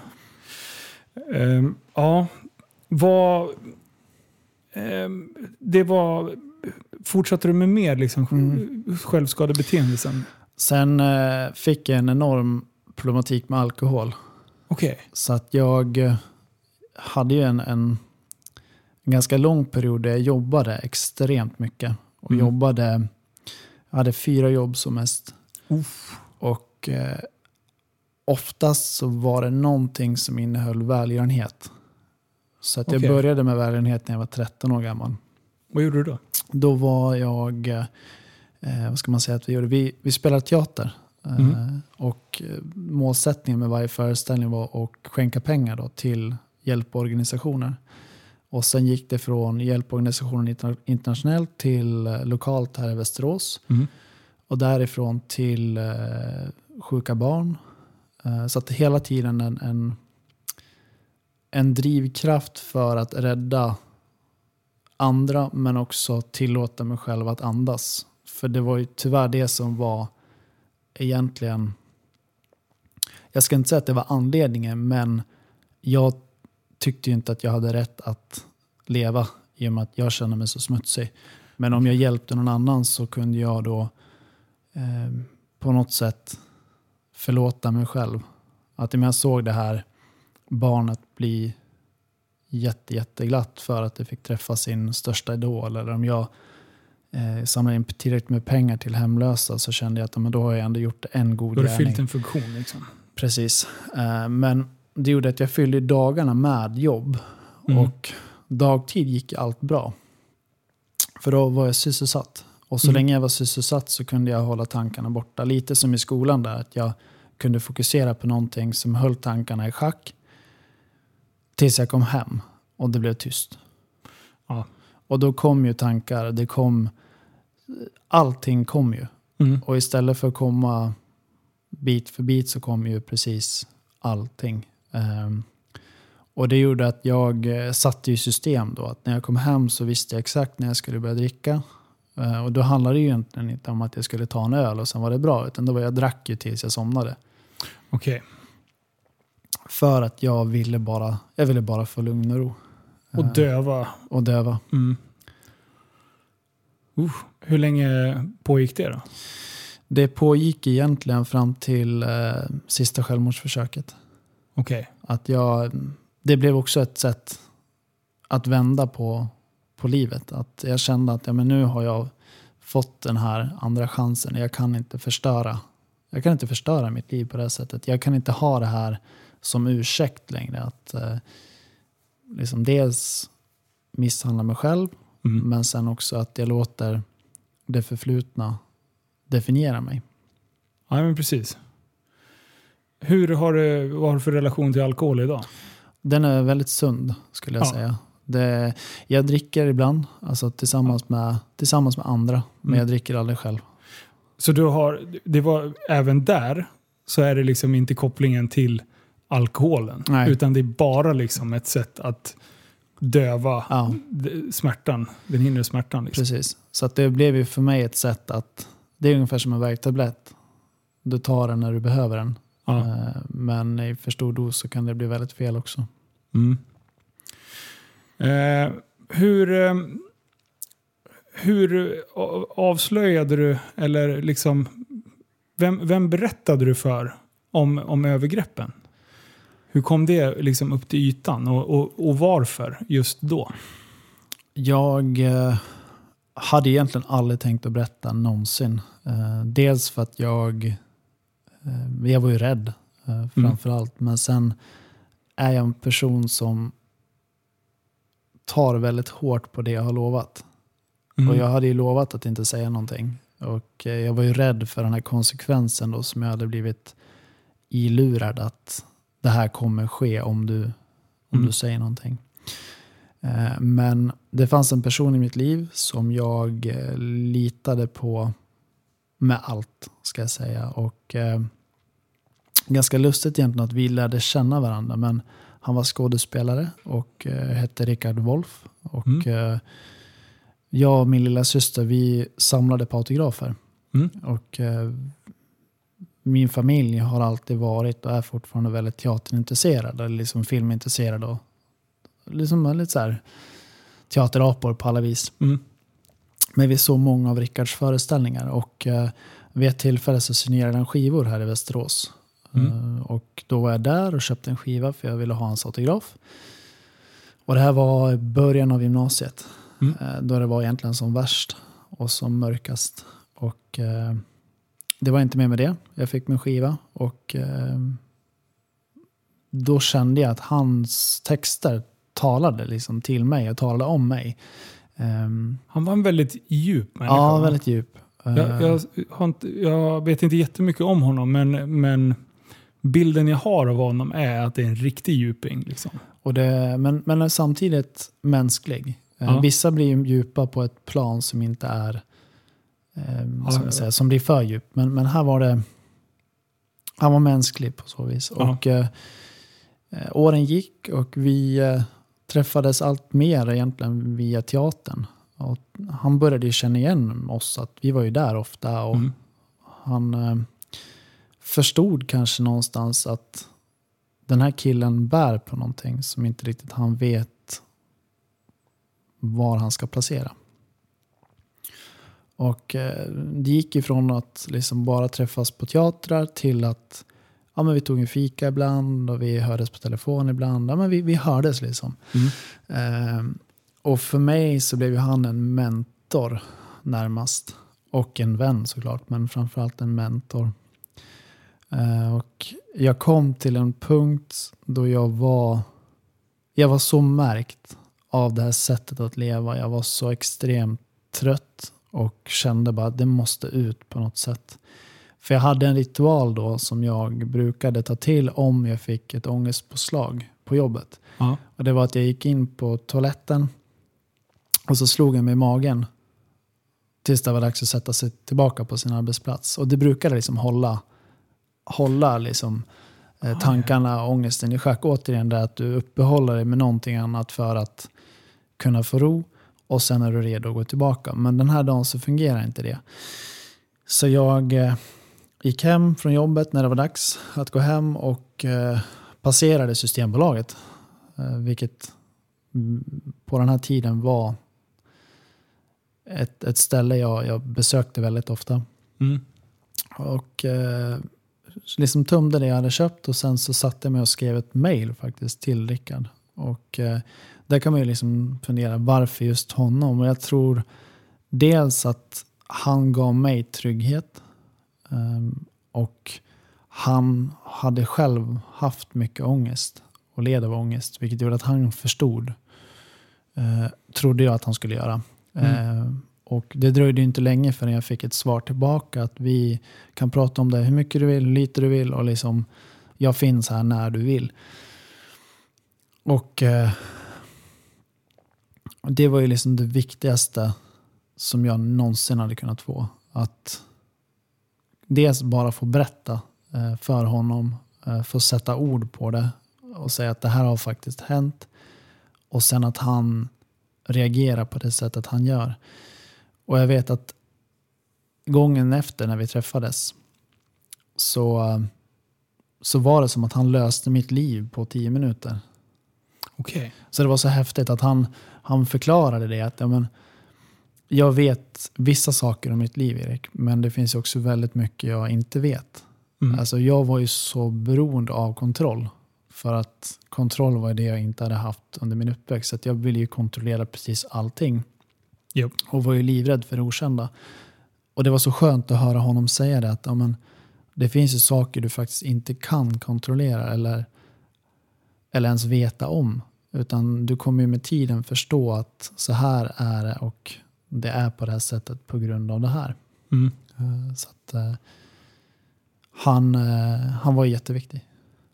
Fortsatte du med mer liksom, självskadebeteende sen? Sen fick jag en enorm problematik med alkohol. Okay. Så att jag hade ju en ganska lång period där jag jobbade extremt mycket. Och jag hade 4 jobb som mest. Och oftast så var det någonting som innehöll välgörenhet. Så att jag började med välgörenhet när jag var 13 år gammal. Vad gjorde du då? Då var jag, vad ska man säga att vi gjorde? Vi spelade teater. Och målsättningen med varje föreställning var att skänka pengar då till hjälporganisationer. Och sen gick det från hjälporganisationen internationellt till lokalt här i Västerås. Och därifrån till sjuka barn. Så att hela tiden en drivkraft för att rädda andra, men också tillåta mig själv att andas. För det var ju tyvärr det som var egentligen, jag ska inte säga att det var anledningen, men jag tyckte ju inte att jag hade rätt att leva i och med att jag kände mig så smutsig. Men om jag hjälpte någon annan så kunde jag då på något sätt förlåta mig själv. Att om jag såg det här barnet bli jätteglatt för att det fick träffa sin största idol, eller om jag samlade in tillräckligt med pengar till hemlösa, så kände jag att men då har jag ändå gjort en god gärning. Då har du gärning. fyllt en funktion liksom. Precis. Men det gjorde att jag fyllde dagarna med jobb. Och dagtid gick allt bra. För då var jag sysselsatt. Och så länge jag var sysselsatt så kunde jag hålla tankarna borta. Lite som i skolan där, att jag kunde fokusera på någonting som höll tankarna i schack tills jag kom hem och det blev tyst. Ja. Och då kom ju tankar, allting kom ju. Och istället för att komma bit för bit så kom ju precis allting. Och det gjorde att jag satte i system då. Att när jag kom hem så visste jag exakt när jag skulle börja dricka. Och då handlade det ju egentligen inte om att jag skulle ta en öl och sen var det bra. Utan då var jag drack ju tills jag somnade. Okej. För att jag ville bara få lugn och ro. Och döva. Och döva. Hur länge pågick det då? Det pågick egentligen fram till sista självmordsförsöket. Okej. Att det blev också ett sätt att vända på livet. Att jag kände att men nu har jag fått den här andra chansen. Jag kan inte förstöra mitt liv på det här sättet. Jag kan inte ha det här som ursäkt längre. Att liksom dels misshandla mig själv. Men sen också att jag låter det förflutna definiera mig. Ja, men precis. Vad har du för relation till alkohol idag? Den är väldigt sund skulle jag säga. Jag dricker ibland, alltså tillsammans med andra, men jag dricker aldrig själv. Så det var även där så är det liksom inte kopplingen till alkoholen. Nej. Utan det är bara liksom ett sätt att döva smärtan, den inre smärtan. Liksom. Precis, så att det blev ju för mig ett sätt att, det är ungefär som en värktablett. Du tar den när du behöver den. Men i för stor dos så kan det bli väldigt fel också. Hur avslöjade du, eller liksom vem berättade du för om övergreppen? Hur kom det liksom upp till ytan och varför just då? Jag hade egentligen aldrig tänkt att berätta någonsin. Dels för att jag var ju rädd framförallt. Men sen är jag en person som tar väldigt hårt på det jag har lovat. Och jag hade ju lovat att inte säga någonting. Och jag var ju rädd för den här konsekvensen då, som jag hade blivit ilurad att det här kommer ske om du säger någonting. Men det fanns en person i mitt liv som jag litade på med allt, ska jag säga. Och ganska lustigt egentligen att vi lärde känna varandra. Men han var skådespelare och hette Rickard Wolff. Och jag och min lilla syster, vi samlade på autografer. Och min familj har alltid varit och är fortfarande väldigt teaterintresserad. Eller liksom filmintresserad. Och liksom lite så här teaterapor på alla vis. Men vi såg många av Rickards föreställningar. Och vid ett tillfälle så signerade han skivor här i Västerås. Och då var jag där och köpte en skiva för jag ville ha hans autograf. Och det här var början av gymnasiet. Då det var egentligen som värst och som mörkast. Och det var inte med det. Jag fick min skiva och då kände jag att hans texter talade liksom till mig och talade om mig. Han var en väldigt djup människa. Ja, väldigt djup. Jag vet inte jättemycket om honom, men bilden jag har av honom är att det är en riktig djuping. Liksom. Och men är samtidigt mänsklig. Vissa blir ju djupa på ett plan som inte är som blir för djup. Men här var det, han var mänsklig på så vis. Och åren gick och vi träffades allt mer egentligen via teatern. Och han började ju känna igen oss, att vi var ju där ofta. Och han förstod kanske någonstans att den här killen bär på någonting som inte riktigt han vet var han ska placera. Och det gick ifrån att liksom bara träffas på teatrar till att men vi tog en fika ibland och vi hördes på telefon ibland. Men vi hördes liksom. Och för mig så blev ju han en mentor närmast. Och en vän såklart, men framförallt en mentor. Och jag kom till en punkt då jag var så märkt av det här sättet att leva. Jag var så extremt trött och kände bara att det måste ut på något sätt. För jag hade en ritual då som jag brukade ta till om jag fick ett ångestpåslag på jobbet. Ja. Och det var att jag gick in på toaletten och så slog jag mig i magen tills det var dags att sätta sig tillbaka på sin arbetsplats. Och det brukade liksom hålla liksom tankarna och ångesten i schack. Återigen det att du uppehåller dig med någonting annat för att kunna få ro. Och sen är du redo att gå tillbaka. Men den här dagen så fungerar inte det. Så jag gick hem från jobbet när det var dags att gå hem och passerade Systembolaget. Vilket på den här tiden var ett ställe jag besökte väldigt ofta. Och liksom tömde det jag hade köpt och sen så satte jag mig och skrev ett mejl faktiskt till Rickard. Och där kan man ju liksom fundera varför just honom. Och jag tror dels att han gav mig trygghet och han hade själv haft mycket ångest och led av ångest, vilket gjorde att han förstod, trodde jag att han skulle göra. Och det dröjde inte länge förrän jag fick ett svar tillbaka att vi kan prata om det hur mycket du vill, hur lite du vill och liksom jag finns här när du vill. Och det var ju liksom det viktigaste som jag någonsin hade kunnat få. Att dels bara få berätta för honom, få sätta ord på det och säga att det här har faktiskt hänt. Och sen att han reagerar på det sättet han gör. Och jag vet att gången efter när vi träffades så var det som att han löste mitt liv på 10 minuter. Okej. Så det var så häftigt att han förklarade det att jag vet vissa saker om mitt liv, Erik, men det finns också väldigt mycket jag inte vet. Alltså jag var ju så beroende av kontroll. För att kontroll var det jag inte hade haft under min uppväxt. Så att jag ville ju kontrollera precis allting. Yep. Och var ju livrädd för det okända. Och det var så skönt att höra honom säga det. Att det finns ju saker du faktiskt inte kan kontrollera. Eller ens veta om. Utan du kommer ju med tiden förstå att så här är det. Och det är på det här sättet på grund av det här. Så att han var jätteviktig.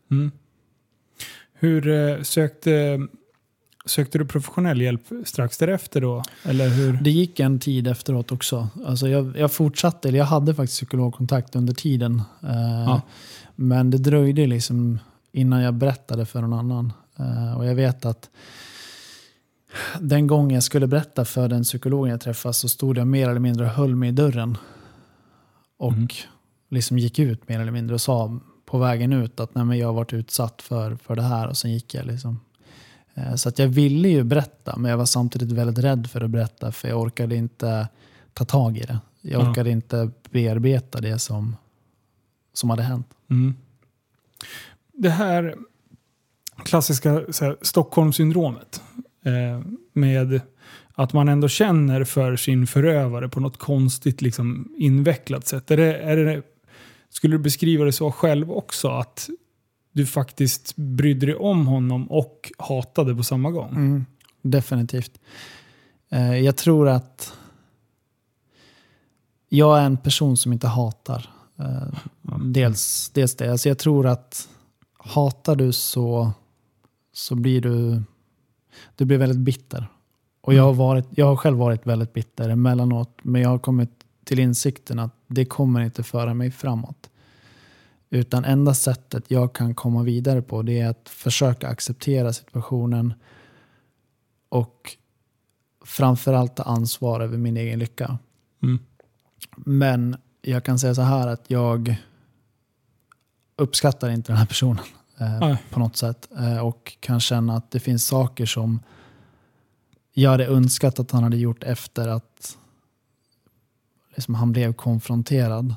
Hur sökte du professionell hjälp strax därefter då? Eller hur? Det gick en tid efteråt också. Alltså jag fortsatte, eller jag hade faktiskt psykologkontakt under tiden. Men det dröjde liksom innan jag berättade för någon annan. Och jag vet att den gången jag skulle berätta för den psykologen jag träffade så stod jag mer eller mindre och höll mig i dörren. Och liksom gick ut mer eller mindre och sa på vägen ut att nej, men jag har varit utsatt för det här och sen gick jag liksom. Så att jag ville ju berätta men jag var samtidigt väldigt rädd för att berätta för jag orkade inte ta tag i det. Jag orkade inte bearbeta det som hade hänt. Det här klassiska Stockholmssyndromet med att man ändå känner för sin förövare på något konstigt liksom invecklat sätt. Skulle du beskriva det så själv också att du faktiskt brydde dig om honom och hatade på samma gång? Definitivt. Jag tror att jag är en person som inte hatar. Dels det. Alltså jag tror att hatar du så blir du blir väldigt bitter. Och jag har själv varit väldigt bitter emellanåt. Men jag har kommit till insikten att det kommer inte föra mig framåt. Utan enda sättet jag kan komma vidare på det är att försöka acceptera situationen och framförallt ta ansvar över min egen lycka. Men jag kan säga så här att jag uppskattar inte den här personen på något sätt. Och kan känna att det finns saker som jag hade önskat att han hade gjort efter att liksom han blev konfronterad.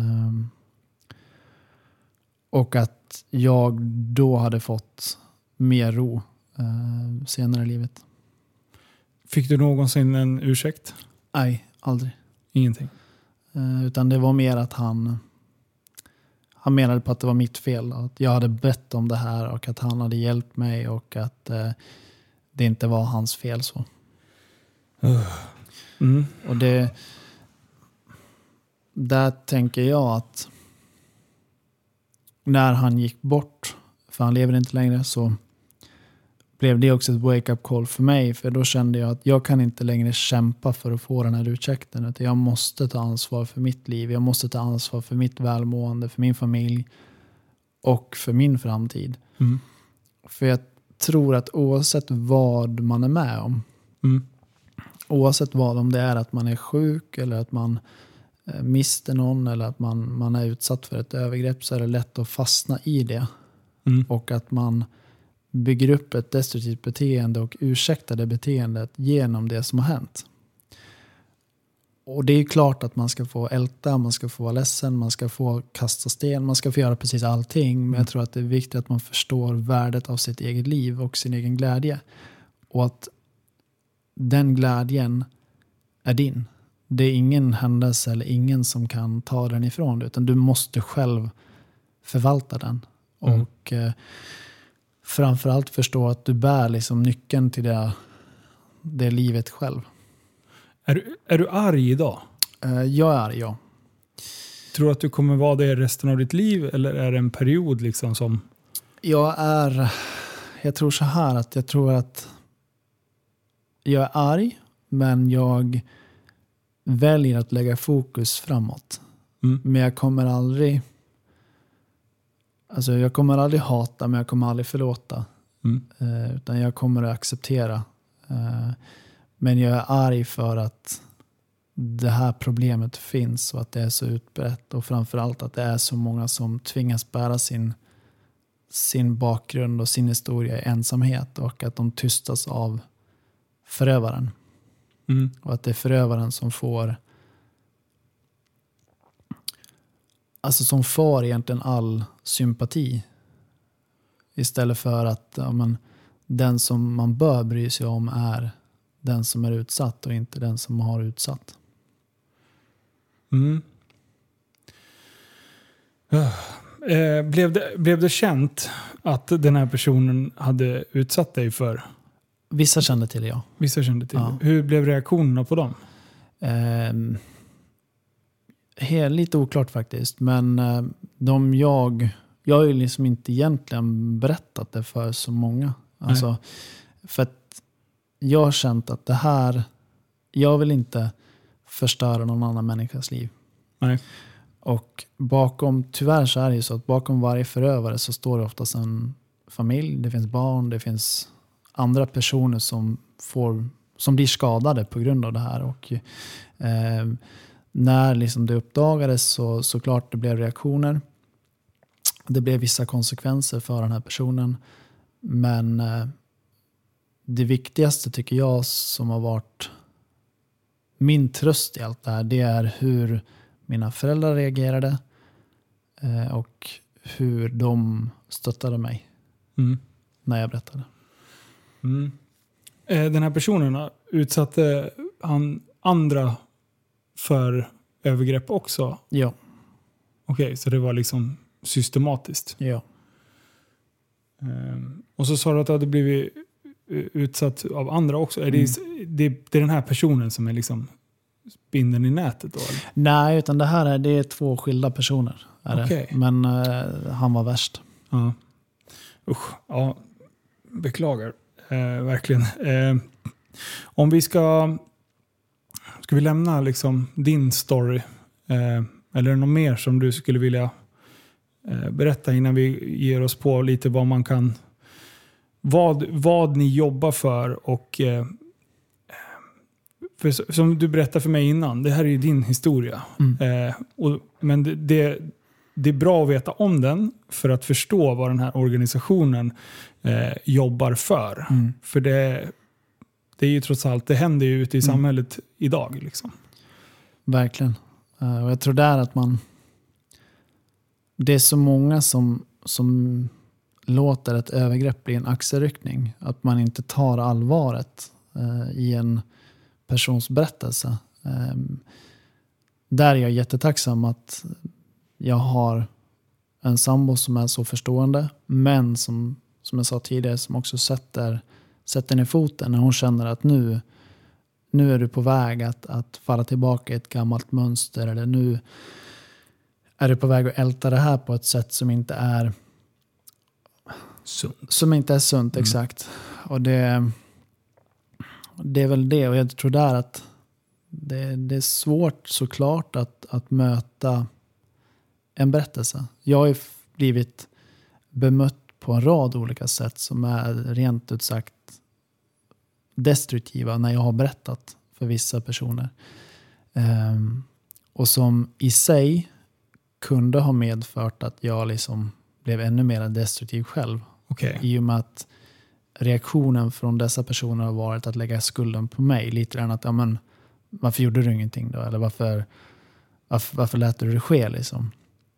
Och att jag då hade fått mer ro senare i livet. Fick du någonsin en ursäkt? Nej, aldrig. Ingenting? Utan det var mer att han menade på att det var mitt fel. Att jag hade bett om det här och att han hade hjälpt mig och att det inte var hans fel så. Mm. Och där tänker jag att när han gick bort, för han lever inte längre, så blev det också ett wake-up call för mig. För då kände jag att jag kan inte längre kämpa för att få den här ursäkten. Utan jag måste ta ansvar för mitt liv. Jag måste ta ansvar för mitt välmående, för min familj och för min framtid. Mm. För jag tror att oavsett vad man är med om, oavsett vad, om det är att man är sjuk eller att man mister någon eller att man är utsatt för ett övergrepp, så är det lätt att fastna i det. Och att man bygger upp ett destruktivt beteende och ursäktar det beteendet genom det som har hänt. Och det är klart att man ska få älta, man ska få vara ledsen, man ska få kasta sten, man ska få göra precis allting. Men jag tror att det är viktigt att man förstår värdet av sitt eget liv och sin egen glädje. Och att den glädjen är din. Det är ingen händelse eller ingen som kan ta den ifrån dig, utan du måste själv förvalta den. Och framförallt förstå att du bär liksom nyckeln till det livet själv. Är du arg idag? Jag är arg, ja. Tror du att du kommer vara det resten av ditt liv, eller är det en period liksom som... Jag tror så här att jag tror att jag är arg, men jag väljer att lägga fokus framåt. Men jag kommer aldrig hata, men jag kommer aldrig förlåta. Utan jag kommer att acceptera. Men jag är arg för att det här problemet finns och att det är så utbrett. Och framförallt att det är så många som tvingas bära sin bakgrund och sin historia i ensamhet. Och att de tystas av förövaren. Och att det är förövaren som får egentligen all sympati. Istället för att den som man bör bry sig om är den som är utsatt och inte den som har utsatt. Blev det känt att den här personen hade utsatt dig för? Vissa kände till det, ja. Vissa kände till Ja. det. Hur blev reaktionerna på dem? Lite oklart faktiskt. Men jag har ju liksom inte egentligen berättat det för så många. Alltså, för att jag har känt att det här, jag vill inte förstöra någon annan människas liv. Nej. Och tyvärr så är det ju så att bakom varje förövare så står det oftast en familj, det finns barn, det finns andra personer som blir skadade på grund av det här. Och när liksom det uppdagades så klart det blev reaktioner. Det blev vissa konsekvenser för den här personen. Men det viktigaste tycker jag som har varit min tröst i allt det här, det är hur mina föräldrar reagerade och hur de stöttade mig när jag berättade. Den här personen, utsatte han andra för övergrepp också? Ja. Okej, så det var liksom systematiskt? Ja. Och så sa du att du hade blivit utsatt av andra också. Är det är den här personen som är liksom spindeln i nätet då? Eller? Nej, utan det är 2 skilda personer. Okay. Men han var värst. Ja. Usch, ja. Beklagar. Verkligen. Om vi ska vi lämna liksom din story? Eller är det något mer som du skulle vilja berätta innan vi ger oss på lite vad man kan, vad ni jobbar för och för, som du berättade för mig innan, det här är ju din historia. Men det är bra att veta om den för att förstå vad den här organisationen jobbar för. För det är ju trots allt, det händer ju ute i samhället idag. Liksom. Verkligen. Och jag tror där att det är så många som låter ett övergrepp bli en axelryckning. Att man inte tar allvaret i en persons berättelse. Där är jag jättetacksam att jag har en sambo som är så förstående, men som jag sa tidigare, som också sätter ner foten när hon känner att nu är du på väg att falla tillbaka i ett gammalt mönster, eller nu är du på väg att älta det här på ett sätt som inte är sunt. Exakt. Och det är väl det, och jag tror där att det är svårt såklart att möta en berättelse. Jag har ju blivit bemött på en rad olika sätt som är rent ut sagt destruktiva när jag har berättat för vissa personer. Och som i sig kunde ha medfört att jag liksom blev ännu mer destruktiv själv. Okay. I och med att reaktionen från dessa personer har varit att lägga skulden på mig. Lite grann att, ja, men, varför gjorde du ingenting då? Eller varför lät du det ske liksom?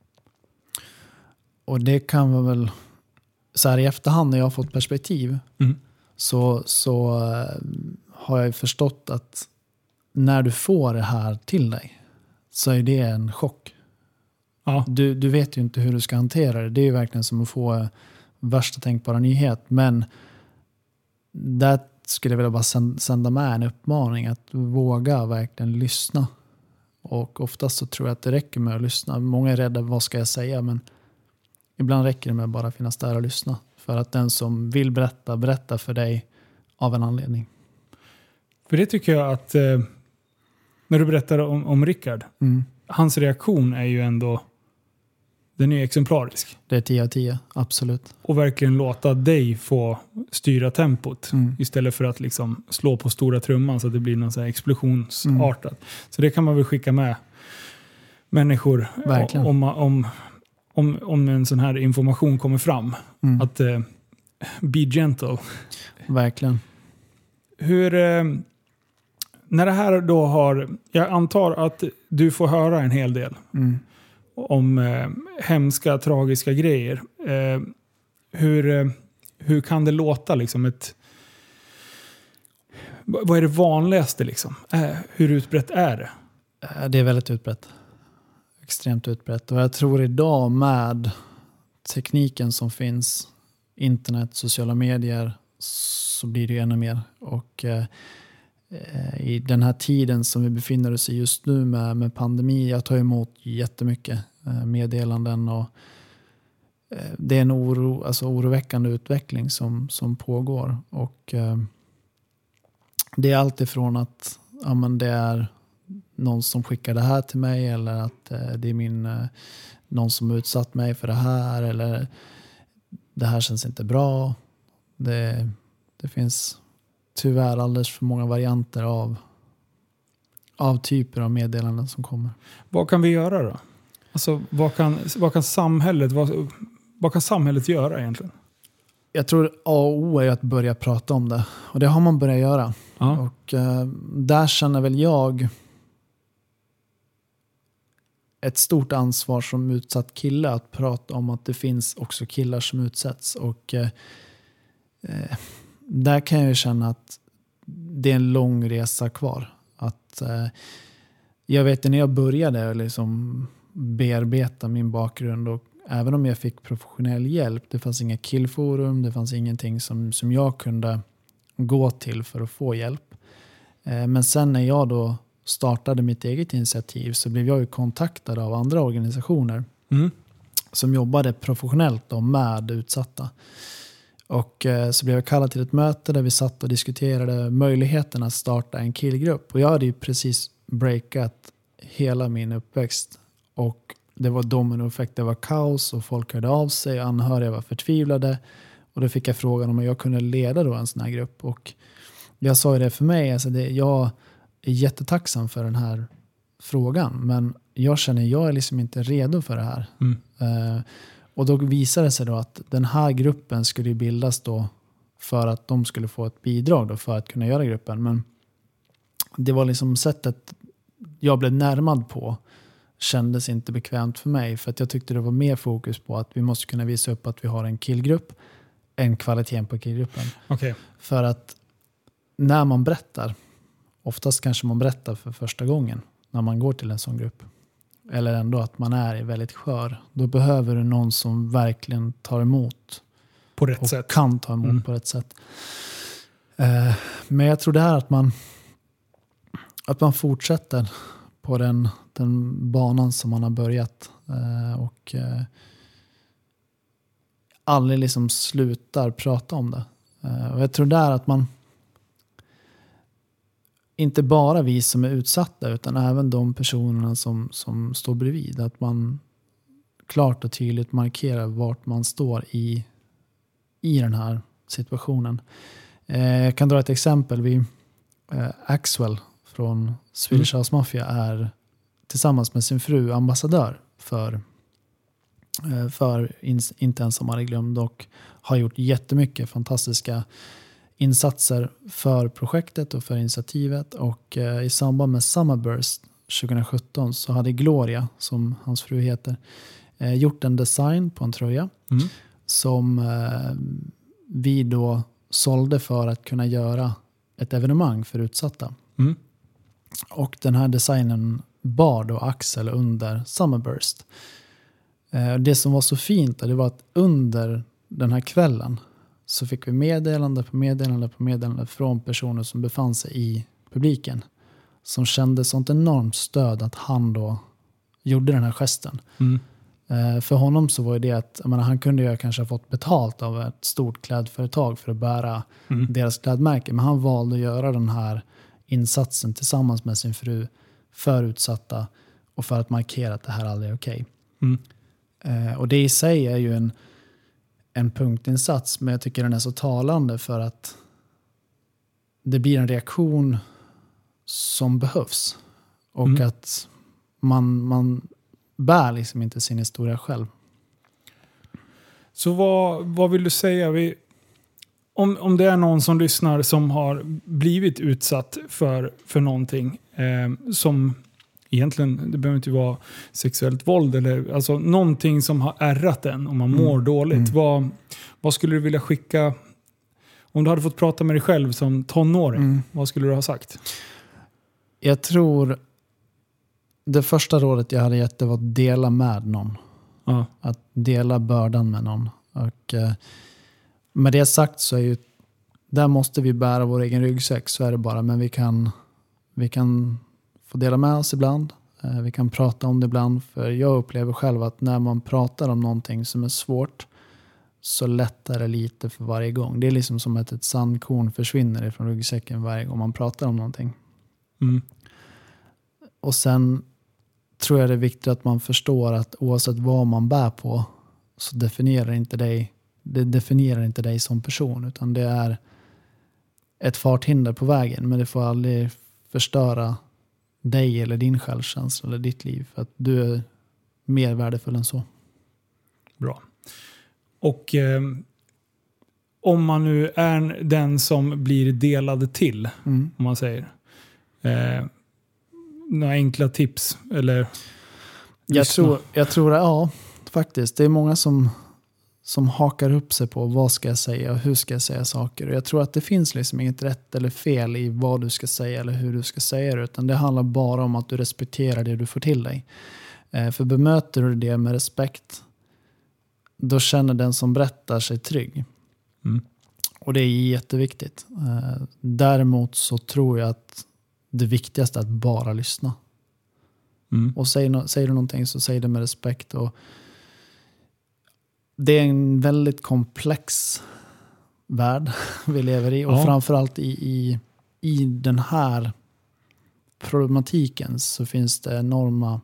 Och det kan vara väl så här i efterhand när jag har fått perspektiv så har jag förstått att när du får det här till dig så är det en chock. Ja. Du vet ju inte hur du ska hantera det. Det är ju verkligen som att få värsta tänkbara nyhet. Men där skulle jag vilja bara sända med en uppmaning att våga verkligen lyssna. Och oftast så tror jag att det räcker med att lyssna. Många är rädda, vad ska jag säga? Men ibland räcker det med att bara finnas där och lyssna. För att den som vill berätta för dig av en anledning. För det tycker jag att när du berättar om Rickard, hans reaktion är ju ändå, den är exemplarisk. Det är 10 av 10, absolut. Och verkligen låta dig få styra tempot istället för att liksom slå på stora trumman så att det blir någon så här explosionsartat. Så det kan man väl skicka med människor om en sån här information kommer fram. Att be gentle. Verkligen. Hur, när det här då har, jag antar att du får höra en hel del om hemska, tragiska grejer. Hur kan det låta liksom vad är det vanligaste liksom? Hur utbrett är det? Det är väldigt utbrett. Extremt utbrett. Och jag tror idag med tekniken som finns, internet, sociala medier, så blir det ännu mer. Och i den här tiden som vi befinner oss i just nu med pandemi, jag tar emot jättemycket meddelanden och det är en oroväckande utveckling som pågår. Och det är allt ifrån att det är någon som skickar det här till mig, eller att det är någon som utsatt mig för det här, eller det här känns inte bra. Det finns tyvärr alldeles för många varianter av typer av meddelanden som kommer. Vad kan vi göra då? Alltså, vad kan samhället göra egentligen? Jag tror A och O är att börja prata om det. Och det har man börjat göra. Ja. Och där känner väl jag ett stort ansvar som utsatt kille att prata om att det finns också killar som utsätts. Och där kan jag ju känna att det är en lång resa kvar. Att jag vet när jag började liksom bearbeta min bakgrund, och även om jag fick professionell hjälp, det fanns inga killforum, det fanns ingenting som jag kunde gå till för att få hjälp. Men sen när jag då startade mitt eget initiativ så blev jag ju kontaktad av andra organisationer som jobbade professionellt då med utsatta. Och så blev jag kallad till ett möte där vi satt och diskuterade möjligheten att starta en killgrupp. Och jag hade ju precis breakat hela min uppväxt. Och det var dominoeffekt, det var kaos och folk hörde av sig, anhöriga var förtvivlade. Och då fick jag frågan om jag kunde leda då en sån här grupp. Och jag sa ju det för mig, alltså jag är jättetacksam för den här frågan. Men jag känner jag är liksom inte redo för det här. Och då visade det sig då att den här gruppen skulle bildas då för att de skulle få ett bidrag då för att kunna göra gruppen. Men det var liksom sättet jag blev närmad på kändes inte bekvämt för mig. För att jag tyckte det var mer fokus på att vi måste kunna visa upp att vi har en killgrupp än kvaliteten på killgruppen. Okay. För att när man berättar, oftast kanske man berättar för första gången när man går till en sån grupp. Eller ändå att man är väldigt skör. Då behöver du någon som verkligen tar emot. På rätt och sätt. Kan ta emot på rätt sätt. Men jag tror det här att man fortsätter på den banan som man har börjat. Och aldrig liksom slutar prata om det. Och jag tror där att man inte bara vi som är utsatta utan även de personerna som står bredvid. Att man klart och tydligt markerar vart man står i den här situationen. Jag kan dra ett exempel. Axwell från Swedish House Mafia är tillsammans med sin fru ambassadör för Inte ensamma glömd och har gjort jättemycket fantastiska insatser för projektet och för initiativet. Och i samband med Summerburst 2017 så hade Gloria, som hans fru heter, gjort en design på en tröja som vi då sålde för att kunna göra ett evenemang för utsatta. Och den här designen bar då Axel under Summerburst. Det som var så fint det var att under den här kvällen så fick vi meddelande på meddelande från personer som befann sig i publiken. Som kände sånt enormt stöd att han då gjorde den här gesten. För honom så var det att han kunde ju kanske ha fått betalt av ett stort klädföretag för att bära deras klädmärke. Men han valde att göra den här insatsen tillsammans med sin fru för utsatta och för att markera att det här aldrig är okej. Och det i sig är ju en punktinsats, men jag tycker den är så talande för att det blir en reaktion som behövs. Och att man bär liksom inte sin historia själv. Så vad vill du säga? Om det är någon som lyssnar som har blivit utsatt för någonting som egentligen, det behöver inte vara sexuellt våld eller alltså någonting som har ärrat en och man mår dåligt. Vad skulle du vilja skicka om du hade fått prata med dig själv som tonåring? Vad skulle du ha sagt? Jag tror det första rådet jag hade gett det var att dela med någon. Att dela bördan med någon. Och med det sagt så är ju där måste vi bära vår egen ryggsäck, så är det bara. Men vi kan få dela med oss ibland. Vi kan prata om det ibland. För jag upplever själv att när man pratar om någonting som är svårt så lättar det lite för varje gång. Det är liksom som att ett sandkorn försvinner ifrån ryggsäcken varje gång man pratar om någonting. Och sen tror jag det är viktigt att man förstår att oavsett vad man bär på så definierar inte dig som person, utan det är ett farthinder på vägen, men det får aldrig förstöra dig eller din självkänsla eller ditt liv, för att du är mer värdefull än så. Bra. Och om man nu är den som blir delad till, om man säger några enkla tips eller jag tror ja, faktiskt det är många som hakar upp sig på vad ska jag säga och hur ska jag säga saker. Och jag tror att det finns liksom inget rätt eller fel i vad du ska säga eller hur du ska säga det, utan det handlar bara om att du respekterar det du får till dig. För bemöter du det med respekt, då känner den som berättar sig trygg. Och det är jätteviktigt. Däremot så tror jag att det viktigaste är att bara lyssna. Och säger du någonting så säg det med respekt. Och det är en väldigt komplex värld vi lever i. Och framförallt i den här problematiken så finns det enorma...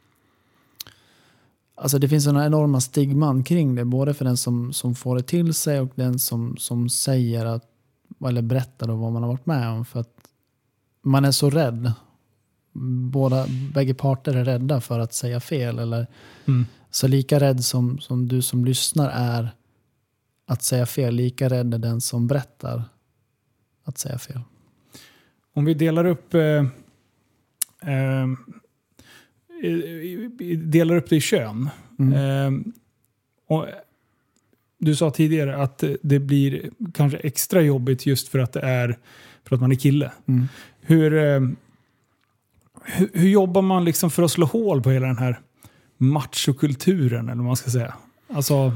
Alltså det finns såna enorma stigman kring det. Både för den som får det till sig och den som säger att, eller berättar vad man har varit med om. För att man är så rädd. bägge parter är rädda för att säga fel. Eller, så lika rädd som du som lyssnar är att säga fel, lika rädd är den som berättar att säga fel. Om vi delar upp det i kön. Och du sa tidigare att det blir kanske extra jobbigt just för att man är kille. Hur jobbar man liksom för att slå hål på hela den här machokulturen, eller vad man ska säga? Alltså,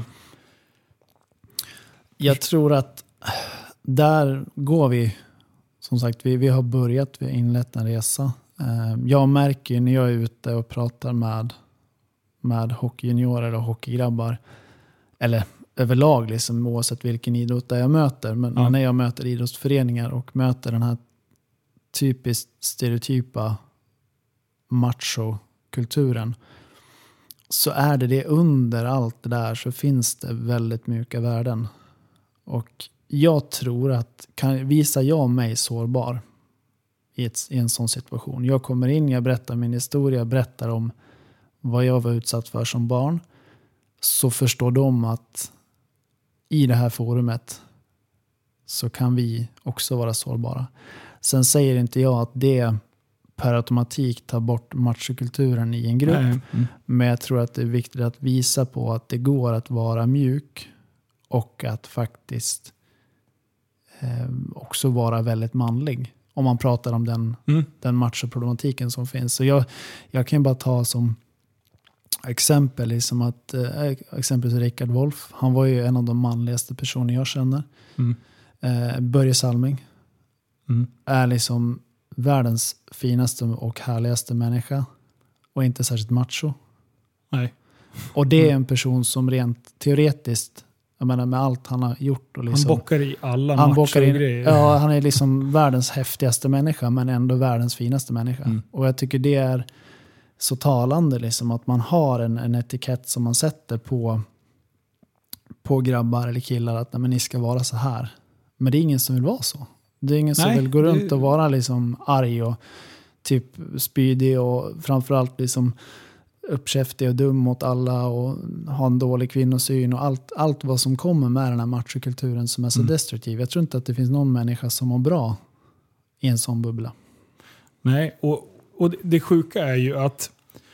jag tror att där går vi, som sagt, vi har inlett en resa. Jag märker när jag är ute och pratar med hockeyjuniorer och hockeygrabbar, eller överlag liksom, oavsett vilken idrott jag möter, men när jag möter idrottsföreningar och möter den här typiskt stereotypa machokulturen, så är det under allt det där så finns det väldigt mycket värden. Och jag tror att visar jag mig sårbar i en sån situation. Jag kommer in, jag berättar min historia, berättar om vad jag var utsatt för som barn, så förstår de att i det här forumet så kan vi också vara sårbara. Sen säger inte jag att det per automatik tar bort machokulturen i en grupp. Men jag tror att det är viktigt att visa på att det går att vara mjuk och att faktiskt också vara väldigt manlig. Om man pratar om den machoproblematiken som finns. Så jag kan bara ta som exempel liksom att exempelvis Rickard Wolff, han var ju en av de manligaste personer jag känner. Börje Salming är liksom världens finaste och härligaste människa och inte särskilt macho. Nej. Och det är en person som rent teoretiskt, jag menar med allt han har gjort och liksom, han bockar i alla macho-grejer. Ja, han är liksom världens häftigaste människa men ändå världens finaste människa. Och jag tycker det är så talande liksom, att man har en etikett som man sätter på grabbar eller killar att nej, men ni ska vara så här. Men det är ingen som vill vara så. Det är ingen som vill gå runt och vara liksom arg och typ spydig och framförallt liksom uppkäftig och dum mot alla och ha en dålig kvinnosyn och allt vad som kommer med den här machokulturen som är så destruktiv. Jag tror inte att det finns någon människa som mår bra i en sån bubbla. Nej, och det sjuka är ju att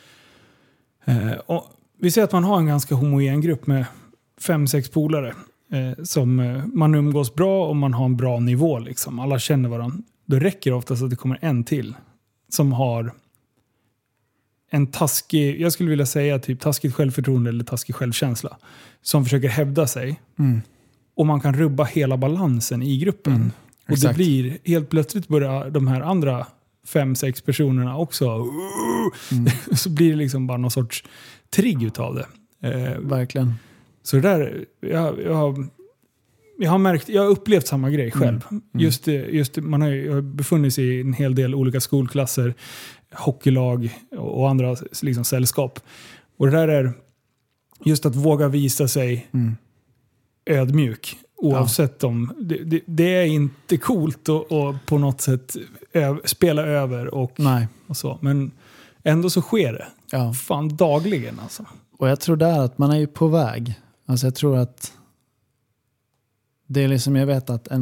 vi ser att man har en ganska homogen grupp med 5-6 polare som man umgås bra och man har en bra nivå liksom. Alla känner varandra. Då räcker det oftast att det kommer en till som har en taskig, jag skulle vilja säga typ taskigt självförtroende eller taskig självkänsla, som försöker hävda sig. Och man kan rubba hela balansen i gruppen. Och det blir helt plötsligt börjar de här andra 5-6 personerna också så blir det liksom bara någon sorts trigg utav det. Verkligen. Så det där, jag har märkt, jag har upplevt samma grej själv. Just man har befunnit sig i en hel del olika skolklasser, hockeylag och andra liksom sällskap. Och det där är just att våga visa sig ödmjuk. Oavsett om det är inte coolt att på något sätt spela över och så. Men ändå så sker det. Ja. Fan dagligen alltså. Och jag tror där att man är ju på väg. Alltså jag tror att det är liksom, jag vet att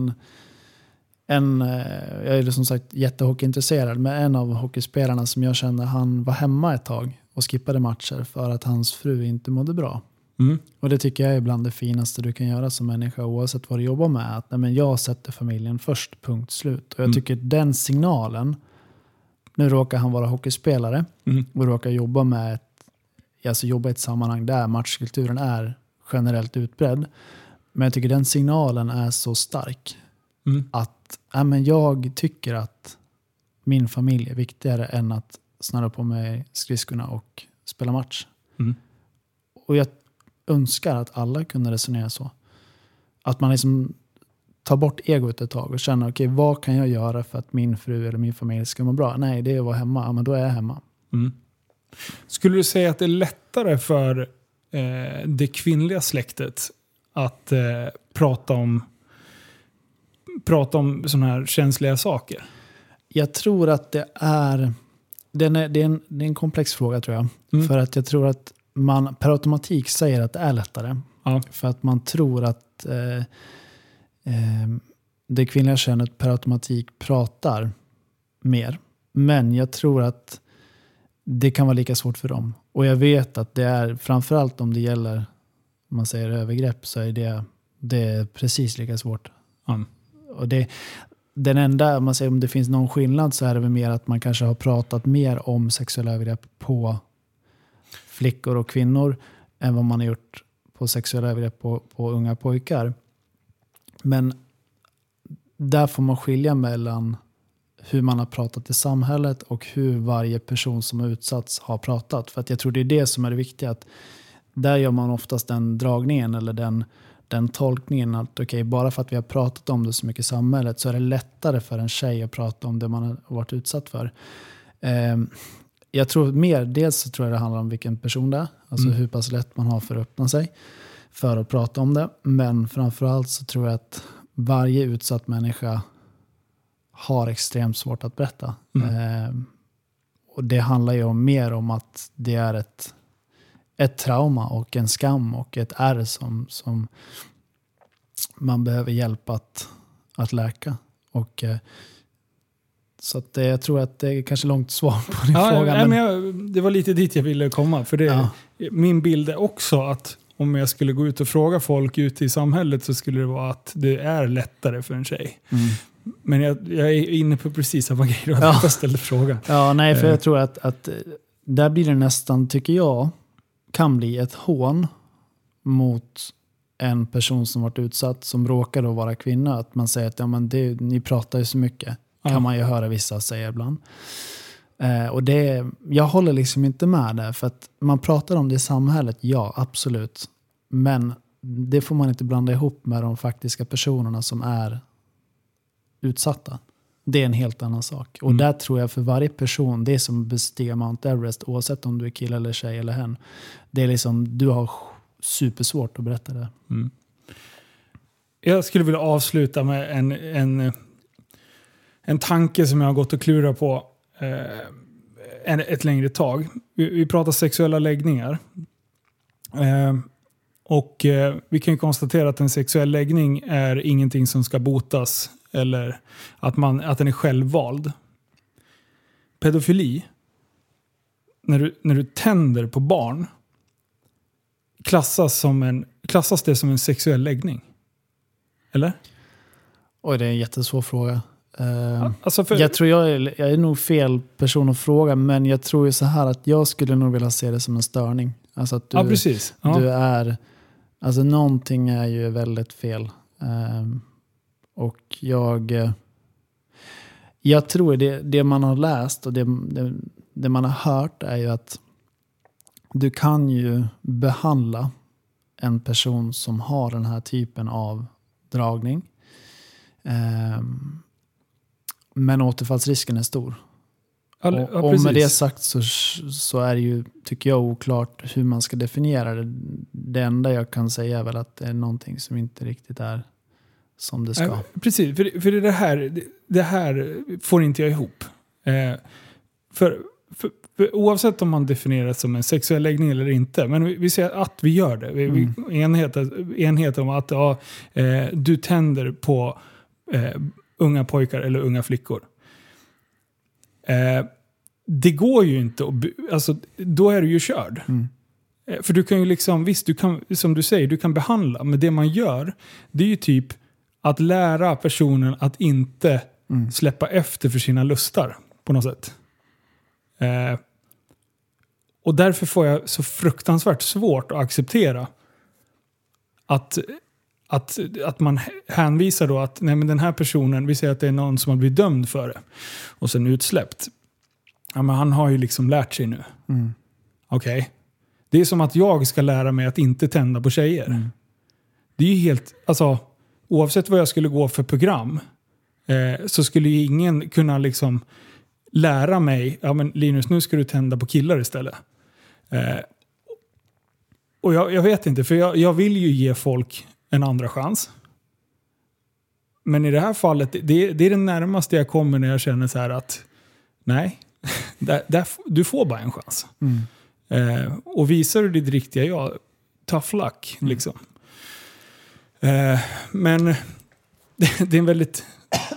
jag är som sagt jättehockeyintresserad, men en av hockeyspelarna som jag kände, han var hemma ett tag och skippade matcher för att hans fru inte mådde bra. Och det tycker jag är bland det finaste du kan göra som människa oavsett vad du jobbar med. Att nej, men jag sätter familjen först, punkt slut. Och jag tycker den signalen, nu råkar han vara hockeyspelare och råkar jobba jobba i ett sammanhang där matchkulturen är generellt utbredd. Men jag tycker den signalen är så stark att men jag tycker att min familj är viktigare än att snurra på mig skridskorna och spela match. Och jag önskar att alla kunde resonera så. Att man liksom tar bort egot ett tag och känner okej, vad kan jag göra för att min fru eller min familj ska må bra? Nej, det är att vara hemma. Ja, men då är jag hemma. Skulle du säga att det är lättare för det kvinnliga släktet att prata om såna här känsliga saker? Jag tror att det är det är en komplex fråga tror jag. För att jag tror att man per automatik säger att det är lättare. Ja. För att man tror att det kvinnliga könet per automatik pratar mer. Men jag tror att det kan vara lika svårt för dem. Och jag vet att det är, framförallt om det gäller, om man säger övergrepp, så är det är precis lika svårt. Och den enda, man säger om det finns någon skillnad, så är det väl mer att man kanske har pratat mer om sexuella övergrepp på flickor och kvinnor än vad man har gjort på sexuella övergrepp på unga pojkar. Men där får man skilja mellan hur man har pratat i samhället och hur varje person som har utsatts har pratat. För att jag tror det är det som är det viktiga. Att där gör man oftast den dragningen eller den tolkningen att okej, bara för att vi har pratat om det så mycket i samhället så är det lättare för en tjej att prata om det man har varit utsatt för. Jag tror dels så tror jag det handlar om vilken person det är. Alltså hur pass lätt man har för att öppna sig för att prata om det. Men framförallt så tror jag att varje utsatt människa har extremt svårt att berätta. Och det handlar ju mer om att det är ett trauma och en skam och ett ärr som man behöver hjälp att läka. Och så att jag tror att det är kanske långt svar på din fråga. Men det var lite dit jag ville komma. För min bild är också att om jag skulle gå ut och fråga folk ute i samhället så skulle det vara att det är lättare för en tjej. Men jag är inne på precis samma grej då jag ställde frågan. Ja, nej, för jag tror att där blir det nästan, tycker jag, kan bli ett hån mot en person som varit utsatt som råkar då vara kvinna. Att man säger att ni pratar ju så mycket. Kan man ju höra vissa säga ibland. Och jag håller liksom inte med där. För att man pratar om det i samhället, ja absolut. Men det får man inte blanda ihop med de faktiska personerna som är utsatta. Det är en helt annan sak. Och där tror jag för varje person, det är som bestiga Mount Everest, oavsett om du är kille eller tjej eller hen. Det är liksom, du har supersvårt att berätta det. Jag skulle vilja avsluta med en tanke som jag har gått och klurat på ett längre tag. Vi pratar sexuella läggningar. Och vi kan ju konstatera att en sexuell läggning är ingenting som ska botas eller att den är självvald. Pedofili, när du tänder på barn, klassas det som en sexuell läggning? Eller? Oj, det är en jättesvår fråga. Jag tror jag är nog fel person att fråga, men jag tror ju så här att jag skulle nog vilja se det som en störning. Alltså att precis. Du är, alltså någonting är ju väldigt fel. Och jag tror det man har läst och det man har hört är ju att du kan ju behandla en person som har den här typen av dragning. Men återfallsrisken är stor. Och med det sagt så är det ju, tycker jag, oklart hur man ska definiera det. Det enda jag kan säga är väl att det är någonting som inte riktigt är som det ska. Precis, för det här får inte jag ihop. För oavsett om man definierar det som en sexuell läggning eller inte, men vi säger att vi gör det. Vi enhet om att du tänder på unga pojkar eller unga flickor. Det går ju inte alltså, då är du ju körd. För du kan ju liksom, visst, du kan, som du säger, du kan behandla, men det man gör, det är ju typ att lära personen att inte släppa efter för sina lustar på något sätt. Och därför får jag så fruktansvärt svårt att acceptera att man hänvisar då att nej, men den här personen, vi säger att det är någon som har blivit dömd för det och sen utsläppt. Ja, men han har ju liksom lärt sig nu. Okej. Det är som att jag ska lära mig att inte tända på tjejer. Det är ju helt, alltså oavsett vad jag skulle gå för program så skulle ju ingen kunna liksom lära mig, ja men Linus, nu ska du tända på killar istället. Och jag vet inte, för jag vill ju ge folk en andra chans. Men i det här fallet, det är det närmaste jag kommer när jag känner så här att nej, Du får bara en chans. Och visar du ditt riktiga jag, tough luck liksom. Men det är en väldigt...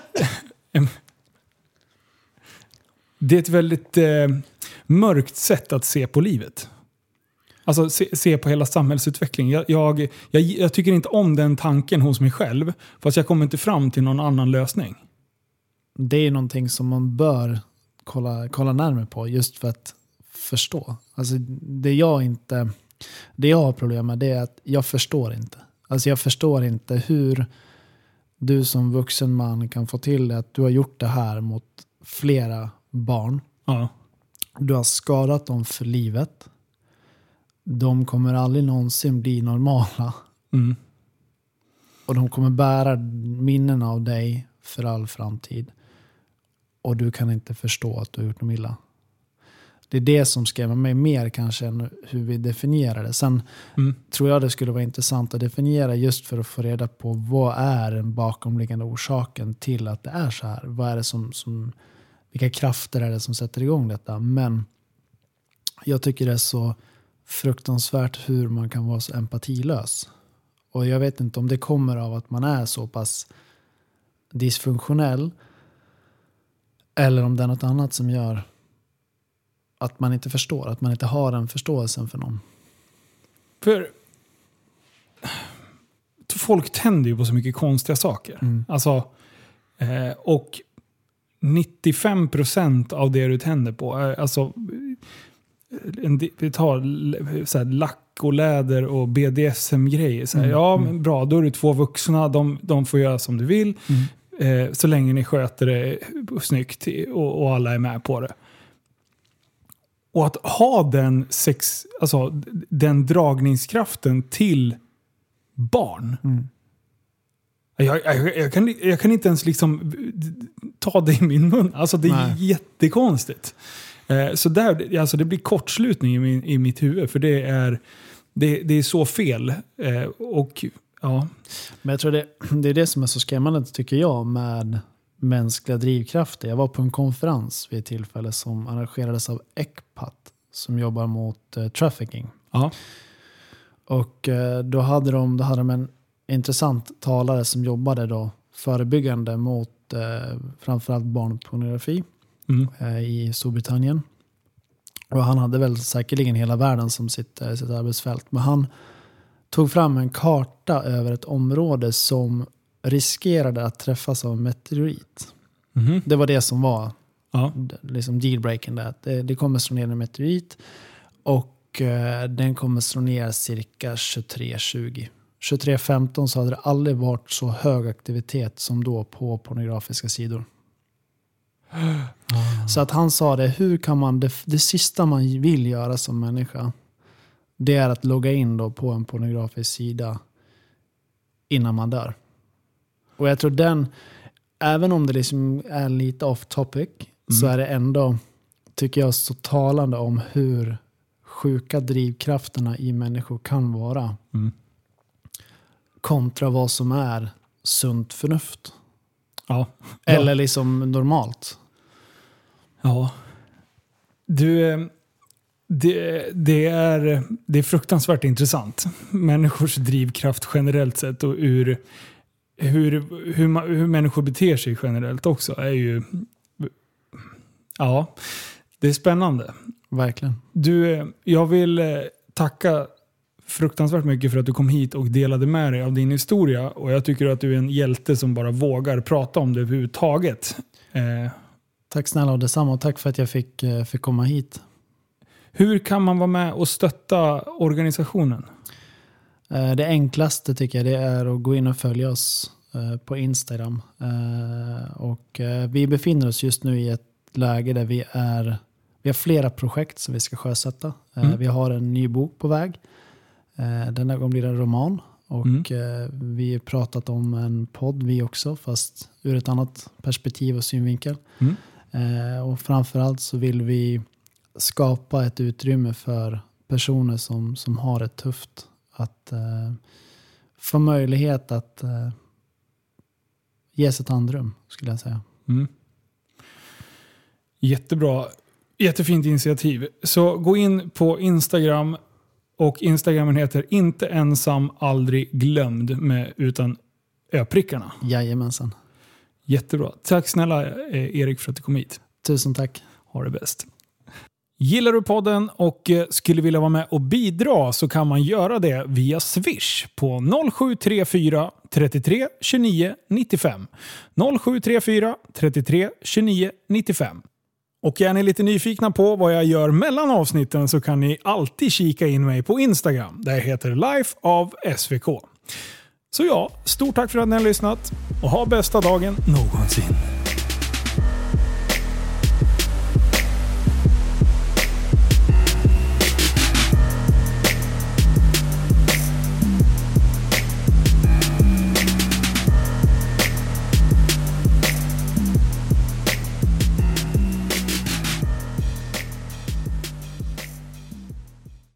det är ett väldigt mörkt sätt att se på livet. Alltså se på hela samhällsutvecklingen. Jag tycker inte om den tanken hos mig själv. Fast jag kommer inte fram till någon annan lösning. Det är någonting som man bör kolla närmare på. Just för att förstå. Alltså det jag har problem med, det är att jag förstår inte. Alltså jag förstår inte hur du som vuxen man kan få till det. Att du har gjort det här mot flera barn. Ja. Du har skadat dem för livet. De kommer aldrig någonsin bli normala. Och de kommer bära minnen av dig för all framtid. Och du kan inte förstå att du har gjort dem illa. Det är det som skrämmer mig mer kanske än hur vi definierar det. Sen tror jag det skulle vara intressant att definiera just för att få reda på vad är den bakomliggande orsaken till att det är så här. Vad är det som vilka krafter är det som sätter igång detta? Men jag tycker det är så fruktansvärt hur man kan vara så empatilös. Och jag vet inte om det kommer av att man är så pass dysfunktionell eller om det är något annat som gör att man inte förstår, att man inte har den förståelsen för någon. För folk tänder ju på så mycket konstiga saker. Alltså, och 95% av det du tänder på är, alltså, vi tar så här, lack och läder och BDSM-grejer. Så här, men bra, då är det 2 vuxna, de får göra som du vill. Så länge ni sköter det snyggt och alla är med på det. Och att ha den dragningskraften till barn. Jag kan inte ens liksom ta det i min mun. Alltså det är jättekonstigt. Så där, alltså det blir kortslutning i mitt huvud. För det är så fel. Och ja. Men jag tror det är det som är så skrämmande, tycker jag, med mänskliga drivkrafter. Jag var på en konferens vid ett tillfälle som arrangerades av ECPAT som jobbar mot trafficking. Ja. Och då hade de en intressant talare som jobbade då förebyggande mot framförallt barnpornografi i Storbritannien. Och han hade väl säkerligen hela världen som sitt arbetsfält. Men han tog fram en karta över ett område som riskerade att träffas av en meteorit. Det var det som var liksom dealbreaking där. Det kommer slå ner en meteorit och den kommer slå ner cirka 23:20. 23:15 så hade det aldrig varit så hög aktivitet som då på pornografiska sidor. Så att han sa det, hur kan man, det sista man vill göra som människa, det är att logga in då på en pornografisk sida innan man dör. Och jag tror även om det liksom är lite off topic, så är det ändå, tycker jag, så talande om hur sjuka drivkrafterna i människor kan vara. Kontra vad som är sunt förnuft. Ja. Eller liksom normalt. Ja. Det är fruktansvärt intressant. Människors drivkraft generellt sett och hur människor beter sig generellt också är ju... Ja, det är spännande. Verkligen. Jag vill tacka fruktansvärt mycket för att du kom hit och delade med dig av din historia. Och jag tycker att du är en hjälte som bara vågar prata om det överhuvudtaget. Tack snälla och detsamma. Och tack för att jag fick komma hit. Hur kan man vara med och stötta organisationen? Det enklaste tycker jag det är att gå in och följa oss på Instagram. Och vi befinner oss just nu i ett läge där vi har flera projekt som vi ska sjösätta. Vi har en ny bok på väg. Den här gången blir det en roman. Och vi har pratat om en podd vi också, fast ur ett annat perspektiv och synvinkel. Och framförallt så vill vi skapa ett utrymme för personer som har det tufft att få möjlighet att ge sig ett andrum, skulle jag säga. Jättebra. Jättefint initiativ. Så gå in på Instagram, och Instagramen heter inte ensam aldrig glömd utan öprickarna. Jajamensan. Jättebra. Tack snälla Erik för att du kom hit. Tusen tack. Ha det bäst. Gillar du podden och skulle vilja vara med och bidra så kan man göra det via Swish på 0734 33 29 95. 0734 33 29 95. Och är ni lite nyfikna på vad jag gör mellan avsnitten så kan ni alltid kika in mig på Instagram. Där jag heter Life of SVK. Så ja, stort tack för att ni har lyssnat och ha bästa dagen någonsin.